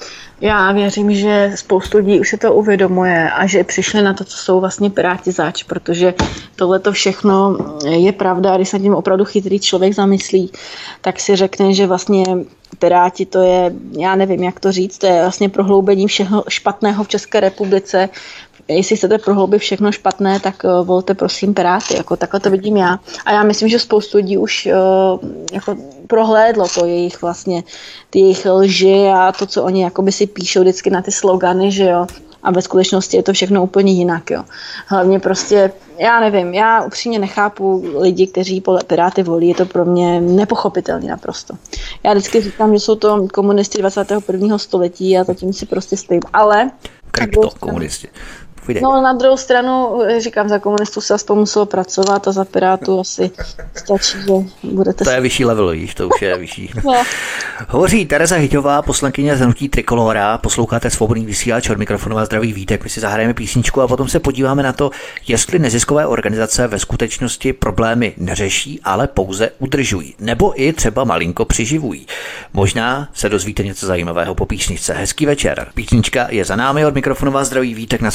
Já věřím, že spoustu lidí už se to uvědomuje a že přišli na to, co jsou vlastně Piráti zač, protože tohle to všechno je pravda a když se tím opravdu chytrý člověk zamyslí, tak si řekne, že vlastně Piráti to je, já nevím, jak to říct, to je vlastně prohloubení všeho špatného v České republice. Jestli chcete prohloubit všechno špatné, tak volte prosím Piráty, jako takhle to vidím já. A já myslím, že spoustu lidí už jako prohlédlo to jejich vlastně, ty jejich lži a to, co oni jakoby si píšou vždycky na ty slogany, že jo. A ve skutečnosti je to všechno úplně jinak, jo. Hlavně prostě, já nevím, já upřímně nechápu lidi, kteří Piráty volí, je to pro mě nepochopitelné naprosto. Já vždycky říkám, že jsou to komunisti 21. století a zatím si prostě stojím, ale... Kryptokomunisti. No na druhou stranu, říkám, za komunistů se aspoň muselo pracovat a za Pirátů asi stačí, že budete... To je vyšší level, víš, to už je vyšší. No. Hovoří Tereza Hyťová, poslankyně z hnutí Trikolóra, posloucháte Svobodný vysílač, od mikrofonu vás zdraví Vítek, my si zahrajeme písničku a potom se podíváme na to, jestli neziskové organizace ve skutečnosti problémy neřeší, ale pouze udržují, nebo i třeba malinko přiživují. Možná se dozvíte něco zajímavého po písničce. Hezký večer. Písnička je za námi, od mikrofonu vás zdraví Vítek na Svobodném vysílači.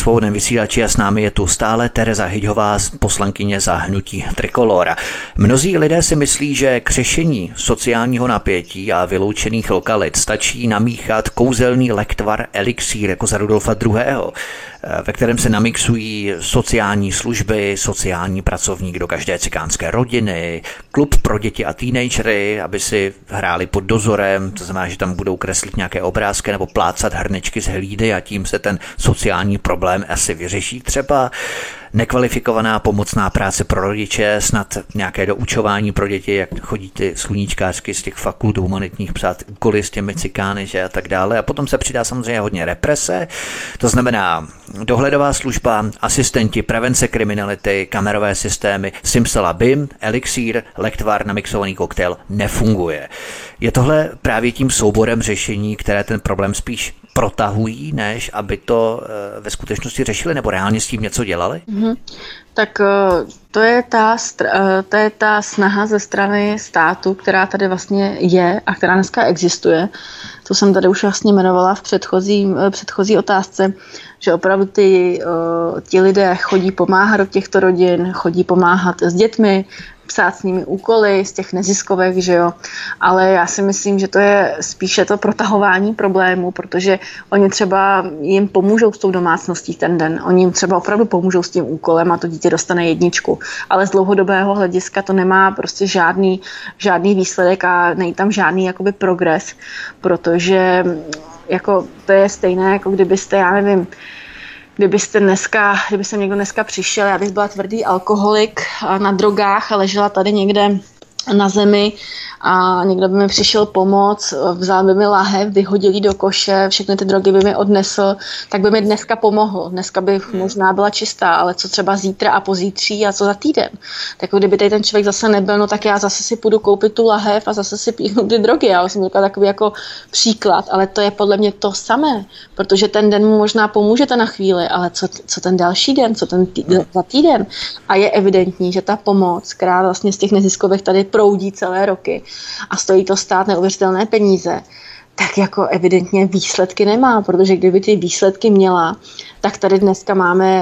vysílači a s námi je tu stále Tereza Hyďhová, poslankyně za hnutí Trikolóra. Mnozí lidé si myslí, že k řešení sociálního napětí a vyloučených lokalit stačí namíchat kouzelný lektvar elixír jako za Rudolfa II., ve kterém se namixují sociální služby, sociální pracovník do každé cikánské rodiny, klub pro děti a teenagery, aby si hráli pod dozorem, to znamená, že tam budou kreslit nějaké obrázky nebo plácat hrnečky z hlídy a tím se ten sociální problém asi vyřeší. Třeba nekvalifikovaná pomocná práce pro rodiče, snad nějaké doučování pro děti, jak chodí ty sluníčkářky z těch fakult humanitních psát úkoly s těmi cikány, že a tak dále. A potom se přidá samozřejmě hodně represe, to znamená dohledová služba, asistenti, prevence kriminality, kamerové systémy, simsalabim, elixír, lektvar, namixovaný koktejl nefunguje. Je tohle právě tím souborem řešení, které ten problém spíš protahují, než aby to ve skutečnosti řešili nebo reálně s tím něco dělali? Tak to je ta snaha ze strany státu, která tady vlastně je a která dneska existuje. To jsem tady už vlastně jmenovala v předchozí otázce, že opravdu ti lidé chodí pomáhat do těchto rodin, chodí pomáhat s dětmi, psát s nimi úkoly z těch neziskovek, že jo. Ale já si myslím, že to je spíše to protahování problému, protože oni třeba jim pomůžou s tou domácností ten den. Oni jim třeba opravdu pomůžou s tím úkolem a to dítě dostane 1. Ale z dlouhodobého hlediska to nemá prostě žádný výsledek a není tam žádný jakoby progres, protože jako to je stejné, jako kdybyste, já nevím, kdyby sem někdo dneska přišel, já bych byla tvrdý alkoholik na drogách a ležela tady někde na zemi a někdo by mi přišel pomoct, vzal by mi lahev, vyhodil ji do koše, všechny ty drogy by mi odnesl, tak by mi dneska pomohl. Dneska bych možná byla čistá, ale co třeba zítra a pozítří a co za týden. Tak kdyby tady ten člověk zase nebyl, no tak já zase si půjdu koupit tu lahev a zase si píchnu ty drogy. Já jsem řekla takový jako příklad, ale to je podle mě to samé, protože ten den mu možná pomůžete na chvíli, ale co ten další den, co ten za týden. A je evidentní, že ta pomoc, která vlastně z těch neziskovek tady proudí celé roky a stojí to stát neuvěřitelné peníze, tak jako evidentně výsledky nemá, protože kdyby ty výsledky měla, tak tady dneska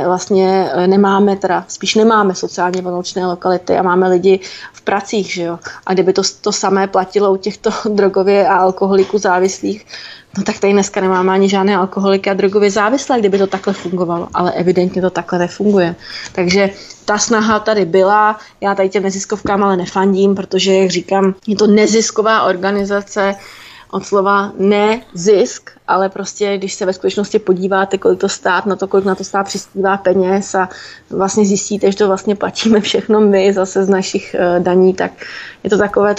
spíš nemáme sociálně vyloučené lokality a máme lidi v pracích, že jo. A kdyby to samé platilo u těchto drogově a alkoholiků závislých, no tak tady dneska nemáme ani žádné alkoholiky a drogově závislé, kdyby to takhle fungovalo, ale evidentně to takhle nefunguje. Takže ta snaha tady byla, já tady těm neziskovkám ale nefandím, protože, jak říkám, je to nezisková organizace, od slova ne zisk, ale prostě, když se ve skutečnosti podíváte, kolik na to stát přispívá peněz a vlastně zjistíte, že to vlastně platíme všechno my zase z našich daní, tak je to takové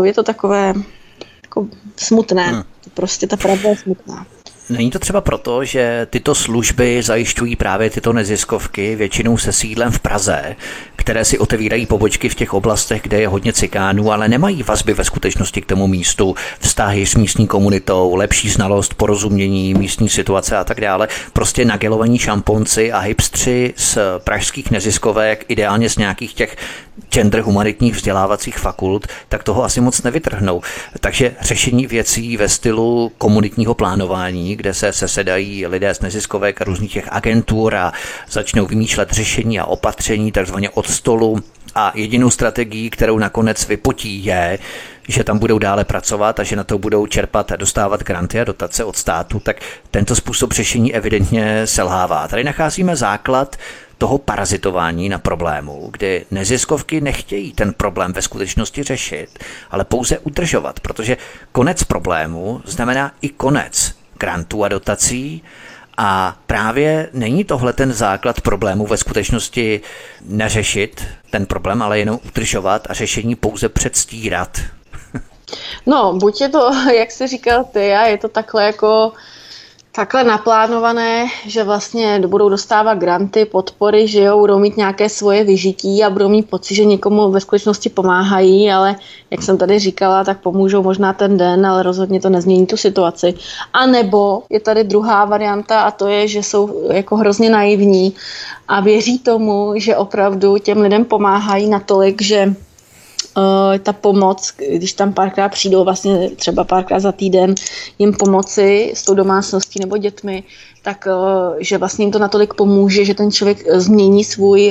jako smutné. Prostě ta pravda je smutná. Není to třeba proto, že tyto služby zajišťují právě tyto neziskovky většinou se sídlem v Praze, které si otevírají pobočky v těch oblastech, kde je hodně cikánů, ale nemají vazby ve skutečnosti k tomu místu, vztahy s místní komunitou, lepší znalost, porozumění místní situace a tak dále. Prostě nagelovaní šamponci a hipstři z pražských neziskovek, ideálně z nějakých těch gender humanitních vzdělávacích fakult, tak toho asi moc nevytrhnou. Takže řešení věcí ve stylu komunitního plánování, kde se sesedají lidé z neziskovek a různých těch agentur a začnou vymýšlet řešení a opatření takzvaně od stolu a jedinou strategií, kterou nakonec vypotí, je, že tam budou dále pracovat a že na to budou čerpat a dostávat granty a dotace od státu, tak tento způsob řešení evidentně selhává. Tady nacházíme základ toho parazitování na problému, kdy neziskovky nechtějí ten problém ve skutečnosti řešit, ale pouze udržovat, protože konec problému znamená i konec grantů a dotací a právě není tohle ten základ problému ve skutečnosti neřešit ten problém, ale jenom udržovat a řešení pouze předstírat. No, buď je to, jak jsi říkal ty, a je to takhle naplánované, že vlastně budou dostávat granty, podpory, že jo, budou mít nějaké svoje vyžití a budou mít pocit, že někomu ve skutečnosti pomáhají, ale jak jsem tady říkala, tak pomůžou možná ten den, ale rozhodně to nezmění tu situaci. A nebo je tady druhá varianta a to je, že jsou jako hrozně naivní a věří tomu, že opravdu těm lidem pomáhají natolik, že ta pomoc, když tam párkrát přijdou, vlastně třeba párkrát za týden jim pomoci s tou domácností nebo dětmi, tak že vlastně jim to natolik pomůže, že ten člověk změní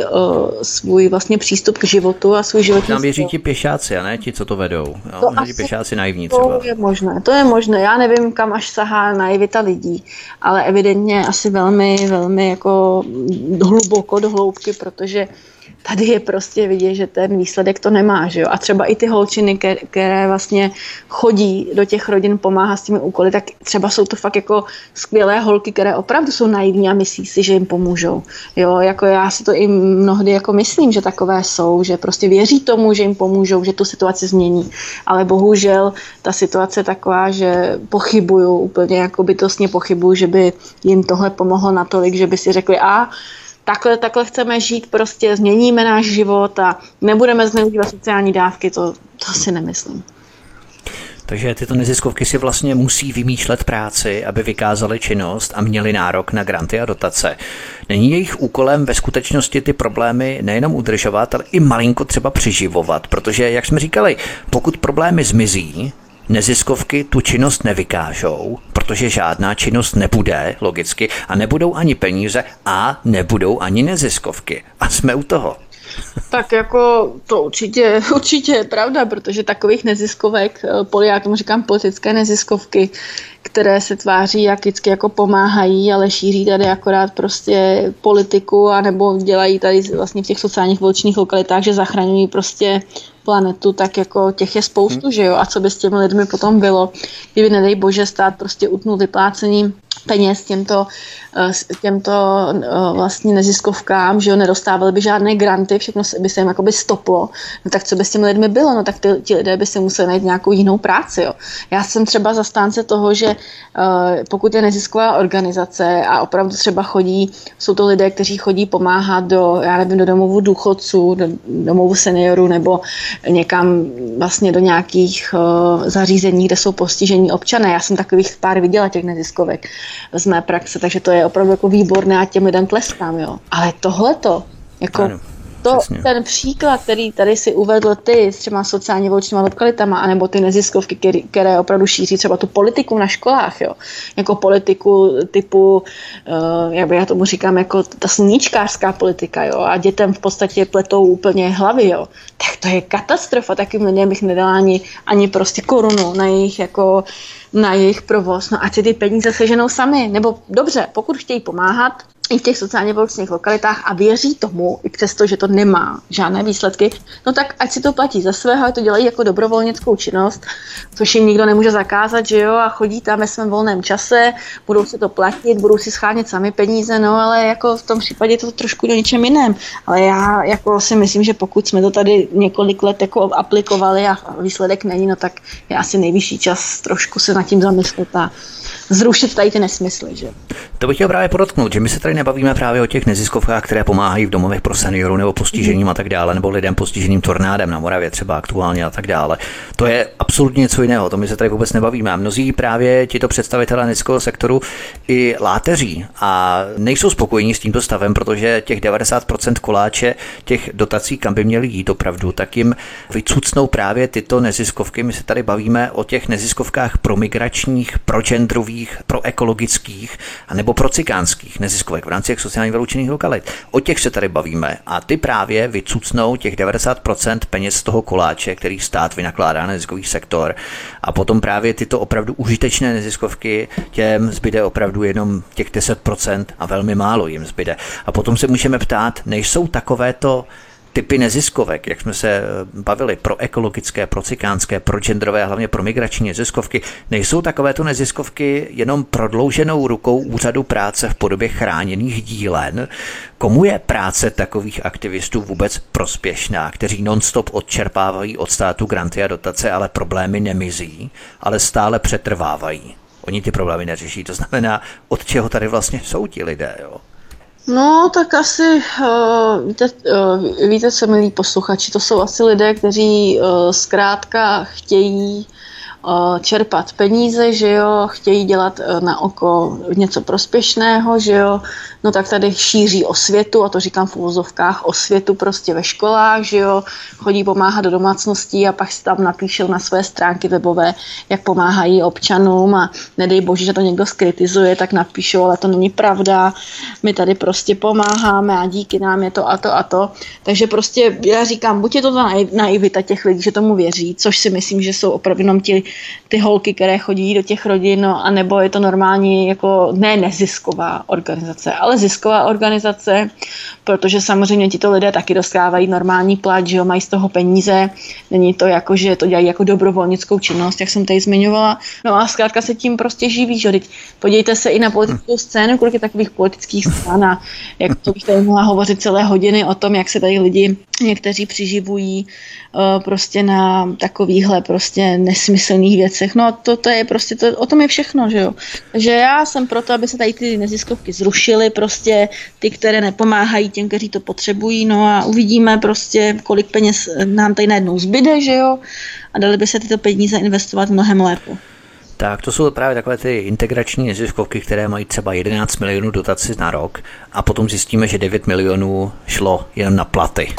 svůj vlastně přístup k životu a svůj životní styl. Tam věří ti pěšáci, a ne ti, co to vedou. Ti pěšáci naivní třeba. To je možné. Já nevím, kam až sahá naivita lidí, ale evidentně asi velmi, velmi jako hluboko do hloubky, protože tady je prostě vidět, že ten výsledek to nemá, že jo. A třeba i ty holčiny, které vlastně chodí do těch rodin pomáhat s těmi úkoly, tak třeba jsou to fakt jako skvělé holky, které opravdu jsou naivní a myslí si, že jim pomůžou. Jo, jako já si to i mnohdy jako myslím, že takové jsou, že prostě věří tomu, že jim pomůžou, že tu situaci změní. Ale bohužel ta situace je taková, že pochybuju, úplně jako bytostně pochybuju, že by jim tohle pomohlo natolik, že by si řekli, takhle chceme žít, prostě změníme náš život a nebudeme zneužívat sociální dávky, to si nemyslím. Takže tyto neziskovky si vlastně musí vymýšlet práci, aby vykázaly činnost a měli nárok na granty a dotace. Není jejich úkolem ve skutečnosti ty problémy nejenom udržovat, ale i malinko třeba přiživovat, protože, jak jsme říkali, pokud problémy zmizí, neziskovky tu činnost nevykážou, protože žádná činnost nebude, logicky, a nebudou ani peníze a nebudou ani neziskovky. A jsme u toho. Tak jako to určitě je pravda, protože takových neziskovek, já tomu říkám politické neziskovky, které se tváří jak vždycky jako pomáhají, ale šíří tady akorát prostě politiku, anebo dělají tady vlastně v těch sociálních vulčních lokalitách, že zachraňují prostě planetu, tak jako těch je spoustu, že jo? A co by s těmi lidmi potom bylo, kdyby nedej bože stát prostě utnul vyplácením peněz těmto vlastně neziskovkám, že jo, nedostávali by žádné granty, všechno by se jim jakoby stoplo, no tak co by s těmi lidmi bylo, no tak ti lidé by si museli najít nějakou jinou práci, jo. Já jsem třeba zastánce toho, že pokud je nezisková organizace a opravdu třeba jsou to lidé, kteří chodí pomáhat do domovů důchodců, do domovů seniorů nebo někam vlastně do nějakých zařízení, kde jsou postižení občané. Já jsem takových pár viděla, těch neziskovek z mé praxe, takže to je opravdu jako výborné a těm lidem tleskám, jo. Ale tohleto, jako ano, ten příklad, který tady si uvedl ty s těma sociálně vulčnýma lokalitama, anebo ty neziskovky, které opravdu šíří třeba tu politiku na školách, jo. Jako politiku typu, já tomu říkám, jako ta sluníčkářská politika, jo. A dětem v podstatě pletou úplně hlavy, jo. Tak to je katastrofa, takým lidem bych nedala ani prostě korunu na jejich provoz, no ať si ty peníze seženou sami, nebo dobře, pokud chtějí pomáhat i v těch sociálně vyloučených lokalitách a věří tomu, i přesto, že to nemá žádné výsledky, no tak ať si to platí za svého, ať to dělají jako dobrovolnickou činnost, což jim nikdo nemůže zakázat, že jo, a chodí tam ve svém volném čase, budou si to platit, budou si schánět sami peníze, no ale jako v tom případě je to trošku do něčem jiném. Ale já jako si myslím, že pokud jsme to tady několik let jako aplikovali a výsledek není, no tak je asi nejvyšší čas trošku se nad tím zamyslet a zrušit tady ty nesmysly, že? To bych chtěl právě podotknout, že my se tady nebavíme právě o těch neziskovkách, které pomáhají v domovech pro seniorů nebo postižením a tak dále, nebo lidem postiženým tornádem na Moravě třeba aktuálně a tak dále. To je absolutně něco jiného, to my se tady vůbec nebavíme. A mnozí právě tito představitelé neziskového sektoru i láteří a nejsou spokojení s tímto stavem, protože těch 90% koláče těch dotací, kam by měly jít opravdu, tak jim vycucnou právě tyto neziskovky. My se tady bavíme o těch neziskovkách promigračních, progendrových, proekologických a nebo pro cikánských neziskovek v rámci těch sociálně vyloučených lokalit. O těch se tady bavíme a ty právě vycucnou těch 90% peněz z toho koláče, který stát vynakládá na neziskový sektor a potom právě tyto opravdu užitečné neziskovky těm zbyde opravdu jenom těch 10% a velmi málo jim zbyde. A potom se můžeme ptát, nejsou takovéto typy neziskovek, jak jsme se bavili, pro ekologické, pro cikánské, pro genderové a hlavně pro migrační neziskovky, nejsou takovéto neziskovky jenom prodlouženou rukou úřadu práce v podobě chráněných dílen? Komu je práce takových aktivistů vůbec prospěšná, kteří non-stop odčerpávají od státu granty a dotace, ale problémy nemizí, ale stále přetrvávají? Oni ty problémy neřeší, to znamená, od čeho tady vlastně jsou ti lidé, jo? No, tak asi, víte co, milí posluchači, to jsou asi lidé, kteří zkrátka chtějí čerpat peníze, že jo, chtějí dělat na oko něco prospěšného, že jo, no tak tady šíří osvětu, a to říkám v uvozovkách, osvětu prostě ve školách, že jo, chodí pomáhat do domácností a pak si tam napíšou na své stránky webové, jak pomáhají občanům, a nedej bože, že to někdo skritizuje, tak napíšou, ale to není pravda, my tady prostě pomáháme a díky nám je to a to a to. Takže prostě já říkám, buď je to ta naivita těch lidí, že tomu věří, což si myslím, že jsou opravdu jenom ty holky, které chodí do těch rodin, no, anebo je to normální, jako ne nezisková organizace, ale zisková organizace, protože samozřejmě tito lidé taky dostávají normální plat, že jo, mají z toho peníze, není to jako, že to dělají jako dobrovolnickou činnost, jak jsem tady zmiňovala, no a zkrátka se tím prostě živí, že teď podívejte se i na politickou scénu, kolik je takových politických stran, a jak to bych tady mohla hovořit celé hodiny o tom, jak se tady lidi někteří přiživují prostě na takovýchhle prostě nesmyslných věcech. No to je prostě, o tom je všechno, že jo. Takže já jsem proto, aby se tady ty neziskovky zrušily, prostě ty, které nepomáhají těm, kteří to potřebují, no a uvidíme prostě, kolik peněz nám tady najednou zbyde, že jo, a dali by se tyto peníze investovat mnohem lépe. Tak to jsou právě takové ty integrační neziskovky, které mají třeba 11 milionů dotaci na rok a potom zjistíme, že 9 milionů šlo jen na platy.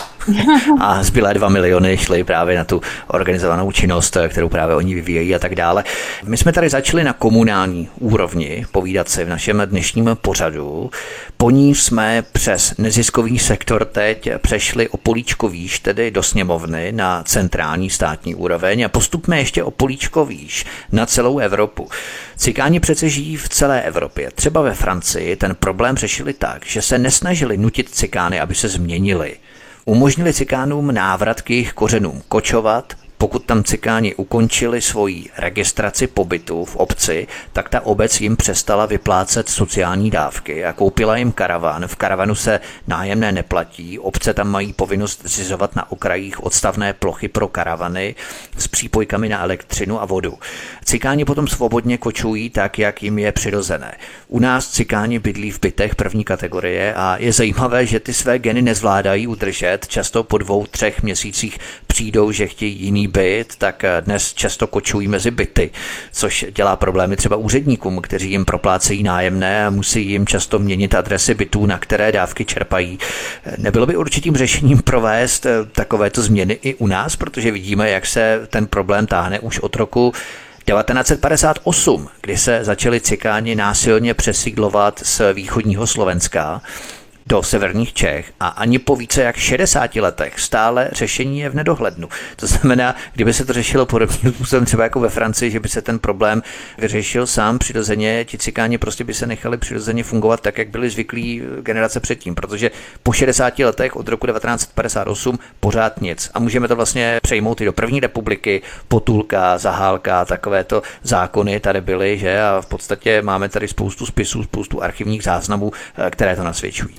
A zbylé 2 miliony šly právě na tu organizovanou činnost, kterou právě oni vyvíjejí a tak dále. My jsme tady začali na komunální úrovni povídat si v našem dnešním pořadu. Po ní jsme přes neziskový sektor teď přešli o políčko výš, tedy do sněmovny na centrální státní úroveň, a postupme ještě o políčko výš na celou Evropu. Cikáni přece žijí v celé Evropě. Třeba ve Francii ten problém řešili tak, že se nesnažili nutit cikány, aby se změnili. Umožnili cikánům návrat k jejich kořenům, kočovat. Pokud tam cikáni ukončili svoji registraci pobytu v obci, tak ta obec jim přestala vyplácet sociální dávky a koupila jim karavan. V karavanu se nájemné neplatí, obce tam mají povinnost zřizovat na okrajích odstavné plochy pro karavany s přípojkami na elektřinu a vodu. Cikáni potom svobodně kočují tak, jak jim je přirozené. U nás cikáni bydlí v bytech první kategorie a je zajímavé, že ty své geny nezvládají udržet. Často po 2-3 měsících přijdou, že chtějí jiný byt, tak dnes často kočují mezi byty, což dělá problémy třeba úředníkům, kteří jim proplácejí nájemné a musí jim často měnit adresy bytů, na které dávky čerpají. Nebylo by určitým řešením provést takovéto změny i u nás, protože vidíme, jak se ten problém táhne už od roku 1958, kdy se začali cikáni násilně přesídlovat z východního Slovenska do severních Čech a ani po více jak 60 letech stále řešení je v nedohlednu. To znamená, kdyby se to řešilo podobným způsobem třeba jako ve Francii, že by se ten problém vyřešil sám přirozeně, ti cikáni prostě by se nechali přirozeně fungovat tak, jak byli zvyklí generace předtím, protože po 60 letech od roku 1958 pořád nic. A můžeme to vlastně přejmout i do první republiky, Potulka, Zahálka, takovéto zákony tady byly, že, a v podstatě máme tady spoustu spisů, spoustu archivních záznamů, které to nasvědčují.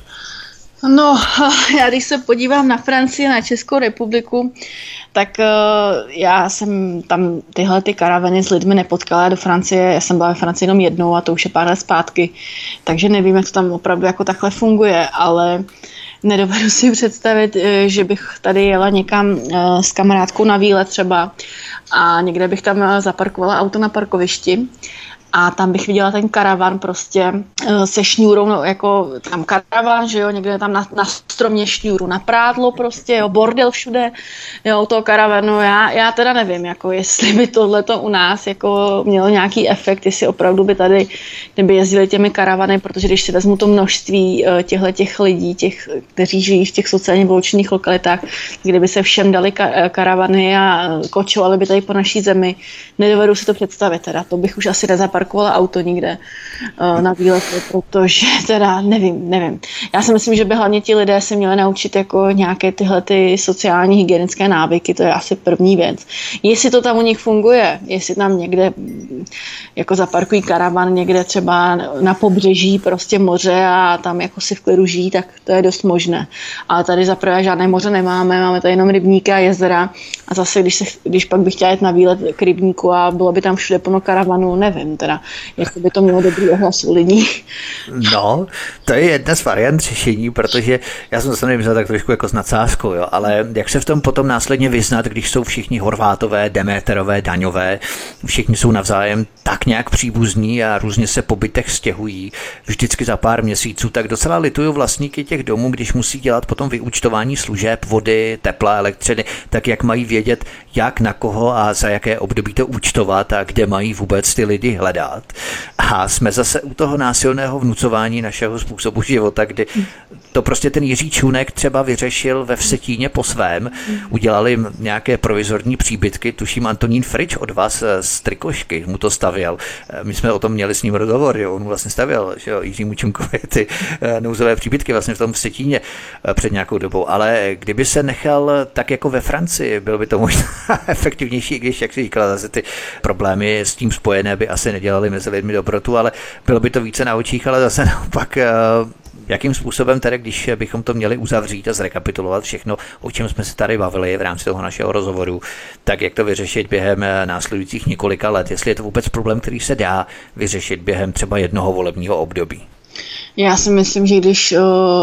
No, já když se podívám na Francii, na Českou republiku, tak já jsem tam tyhle ty karavany s lidmi nepotkala do Francie, já jsem byla ve Francii jenom jednou a to už je pár let zpátky, takže nevím, jak to tam opravdu jako takhle funguje, ale nedovedu si představit, že bych tady jela někam s kamarádkou na výlet třeba a někde bych tam zaparkovala auto na parkovišti. A tam bych viděla ten karavan prostě se šňůrou, no, jako tam karavan, že jo, někde tam na stromě šňůru na prádlo prostě, jo, bordel všude, jo, toho karavanu, já teda nevím, jako jestli by tohleto u nás jako mělo nějaký efekt, jestli opravdu by tady, kdyby jezdili těmi karavany, protože když si vezmu to množství těch lidí, kteří žijí v těch sociálně vyloučených lokalitách, kdyby se všem dali karavany a kočovali by tady po naší zemi, nedovedu si to představit teda, to bych už asi nezaparkovala auto nikde na výletu, protože teda nevím. Já si myslím, že by hlavně ti lidé se měli naučit jako nějaké tyhle ty sociální hygienické návyky, to je asi první věc. Jestli to tam u nich funguje, jestli tam někde jako zaparkují karavan někde třeba na pobřeží prostě moře a tam jako si v klidu žijí, tak to je dost možné. Ale tady zaprvé žádné moře máme tady jenom rybníky a jezera a zase když pak bych chtěla jít na výlet k rybníku a bylo by tam všude plno karavanu, nevím, teda, jak by to mělo dobrý ohlas u lidí. No, to je jedna z variant řešení, protože já jsem to nemyslel tak trošku jako s nadsázkou, jo, ale jak se v tom potom následně vyznat, když jsou všichni Horvátové, Demeterové, Daňové, všichni jsou navzájem tak nějak příbuzní a různě se po bytech stěhují vždycky za pár měsíců, tak docela lituju vlastníky těch domů, když musí dělat potom vyúčtování služeb, vody, tepla, elektřiny, tak jak mají vědět, jak na koho a za jaké období to účtovat a kde mají vůbec ty lidi hledat. A jsme zase u toho násilného vnucování našeho způsobu života, kdy to prostě ten Jiří Čunek třeba vyřešil ve Vsetíně po svém, udělali nějaké provizorní příbytky, tuším Antonín Frič od vás z Trikošky mu to stavěl. My jsme o tom měli s ním rozhovor, jo, on vlastně stavěl, že jo, Jiřímu Čunkovi ty nouzové příbytky vlastně v tom Vsetíně před nějakou dobou, ale kdyby se nechal tak jako ve Francii, bylo by to možná efektivnější, když, jak si říkala, zase ty problémy s tím spojené by asi nedělali mezi lidmi dobrotu, ale bylo by to více na očích, ale zase naopak jakým způsobem tedy, když bychom to měli uzavřít a zrekapitulovat všechno, o čem jsme se tady bavili v rámci toho našeho rozhovoru, tak jak to vyřešit během následujících několika let, jestli je to vůbec problém, který se dá vyřešit během třeba jednoho volebního období? Já si myslím, že když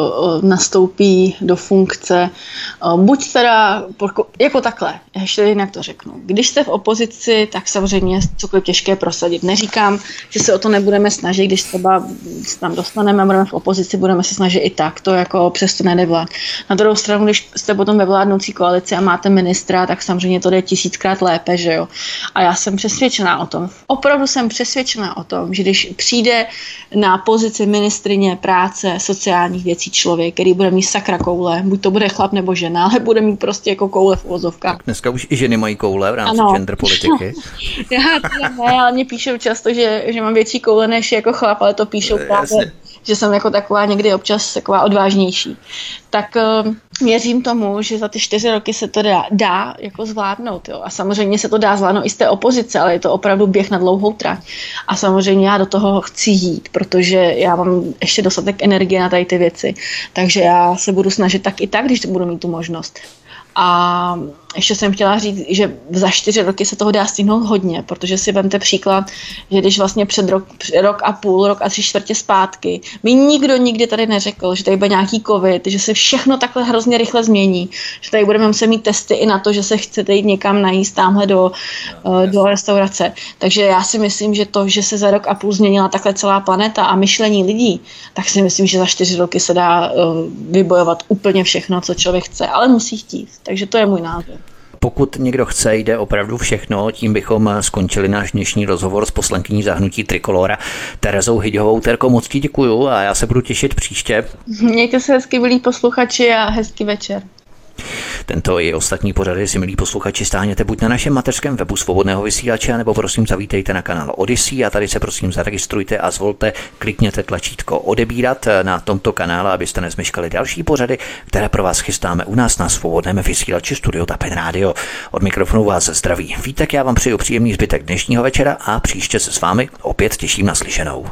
nastoupí do funkce, buď teda jako takhle, ještě jinak to řeknu. Když jste v opozici, tak samozřejmě cokoliv těžké prosadit. Neříkám, že se o to nebudeme snažit, když třeba tam dostaneme a budeme v opozici, budeme se snažit i tak, to jako přesto nejde vlád. Na druhou stranu, když jste potom ve vládnoucí koalici a máte ministra, tak samozřejmě to jde 1000krát lépe, že jo. A já jsem přesvědčená o tom, opravdu jsem přesvědčená o tom, že když přijde na pozici ministryně práce, sociálních věcí člověk, který bude mít sakra koule, buď to bude chlap nebo žena, ale bude mít prostě jako koule v uvozovkách. Tak dneska už i ženy mají koule v rámci gender politiky. Já teda ne, ale mě píšou často, že mám větší koule než jako chlap, ale to píšou právě, že jsem jako taková někdy občas taková odvážnější. Tak věřím tomu, že za ty 4 roky se to dá jako zvládnout. Jo. A samozřejmě se to dá zvládnout i z té opozice, ale je to opravdu běh na dlouhou trať. A samozřejmě já do toho chci jít, protože já mám ještě dostatek energie na tady ty věci. Takže já se budu snažit tak i tak, když budu mít tu možnost. A ještě jsem chtěla říct, že za 4 roky se toho dá stihnout hodně, protože si vemte příklad, že když vlastně před rok a půl, rok a 3/4 zpátky, mi nikdo nikdy tady neřekl, že tady bude nějaký covid, že se všechno takhle hrozně rychle změní, že tady budeme muset mít testy i na to, že se chcete jít někam najíst tamhle do restaurace. Takže já si myslím, že to, že se za rok a půl změnila takhle celá planeta a myšlení lidí, tak si myslím, že za 4 roky se dá vybojovat úplně všechno, co člověk chce, ale musí chtít. Takže to je můj názor. Pokud někdo chce, jde opravdu všechno, tím bychom skončili náš dnešní rozhovor s poslankyní za hnutí Trikolóra Terezou Hyďhovou. Terko, moc ti děkuju a já se budu těšit příště. Mějte se hezky, milí posluchači, a hezký večer. Tento i ostatní pořady si, milí posluchači, stáhněte buď na našem mateřském webu Svobodného vysílače, nebo prosím zavítejte na kanál Odyssey a tady se prosím zaregistrujte a zvolte, klikněte tlačítko odebírat na tomto kanále, abyste nezmeškali další pořady, které pro vás chystáme u nás na Svobodném vysílači Studio Tapin Radio. Od mikrofonu vás zdraví Vítek, já vám přeju příjemný zbytek dnešního večera a příště se s vámi opět těším na slyšenou.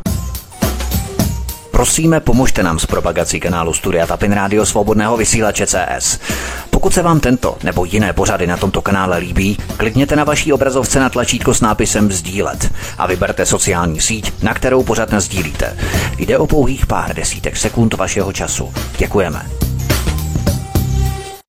Prosíme, pomožte nám s propagací kanálu Studia Tapin Radio Svobodného vysílače CS. Pokud se vám tento nebo jiné pořady na tomto kanále líbí, klikněte na vaší obrazovce na tlačítko s nápisem sdílet a vyberte sociální síť, na kterou pořad nasdílíte. Jde o pouhých pár desítek sekund vašeho času. Děkujeme.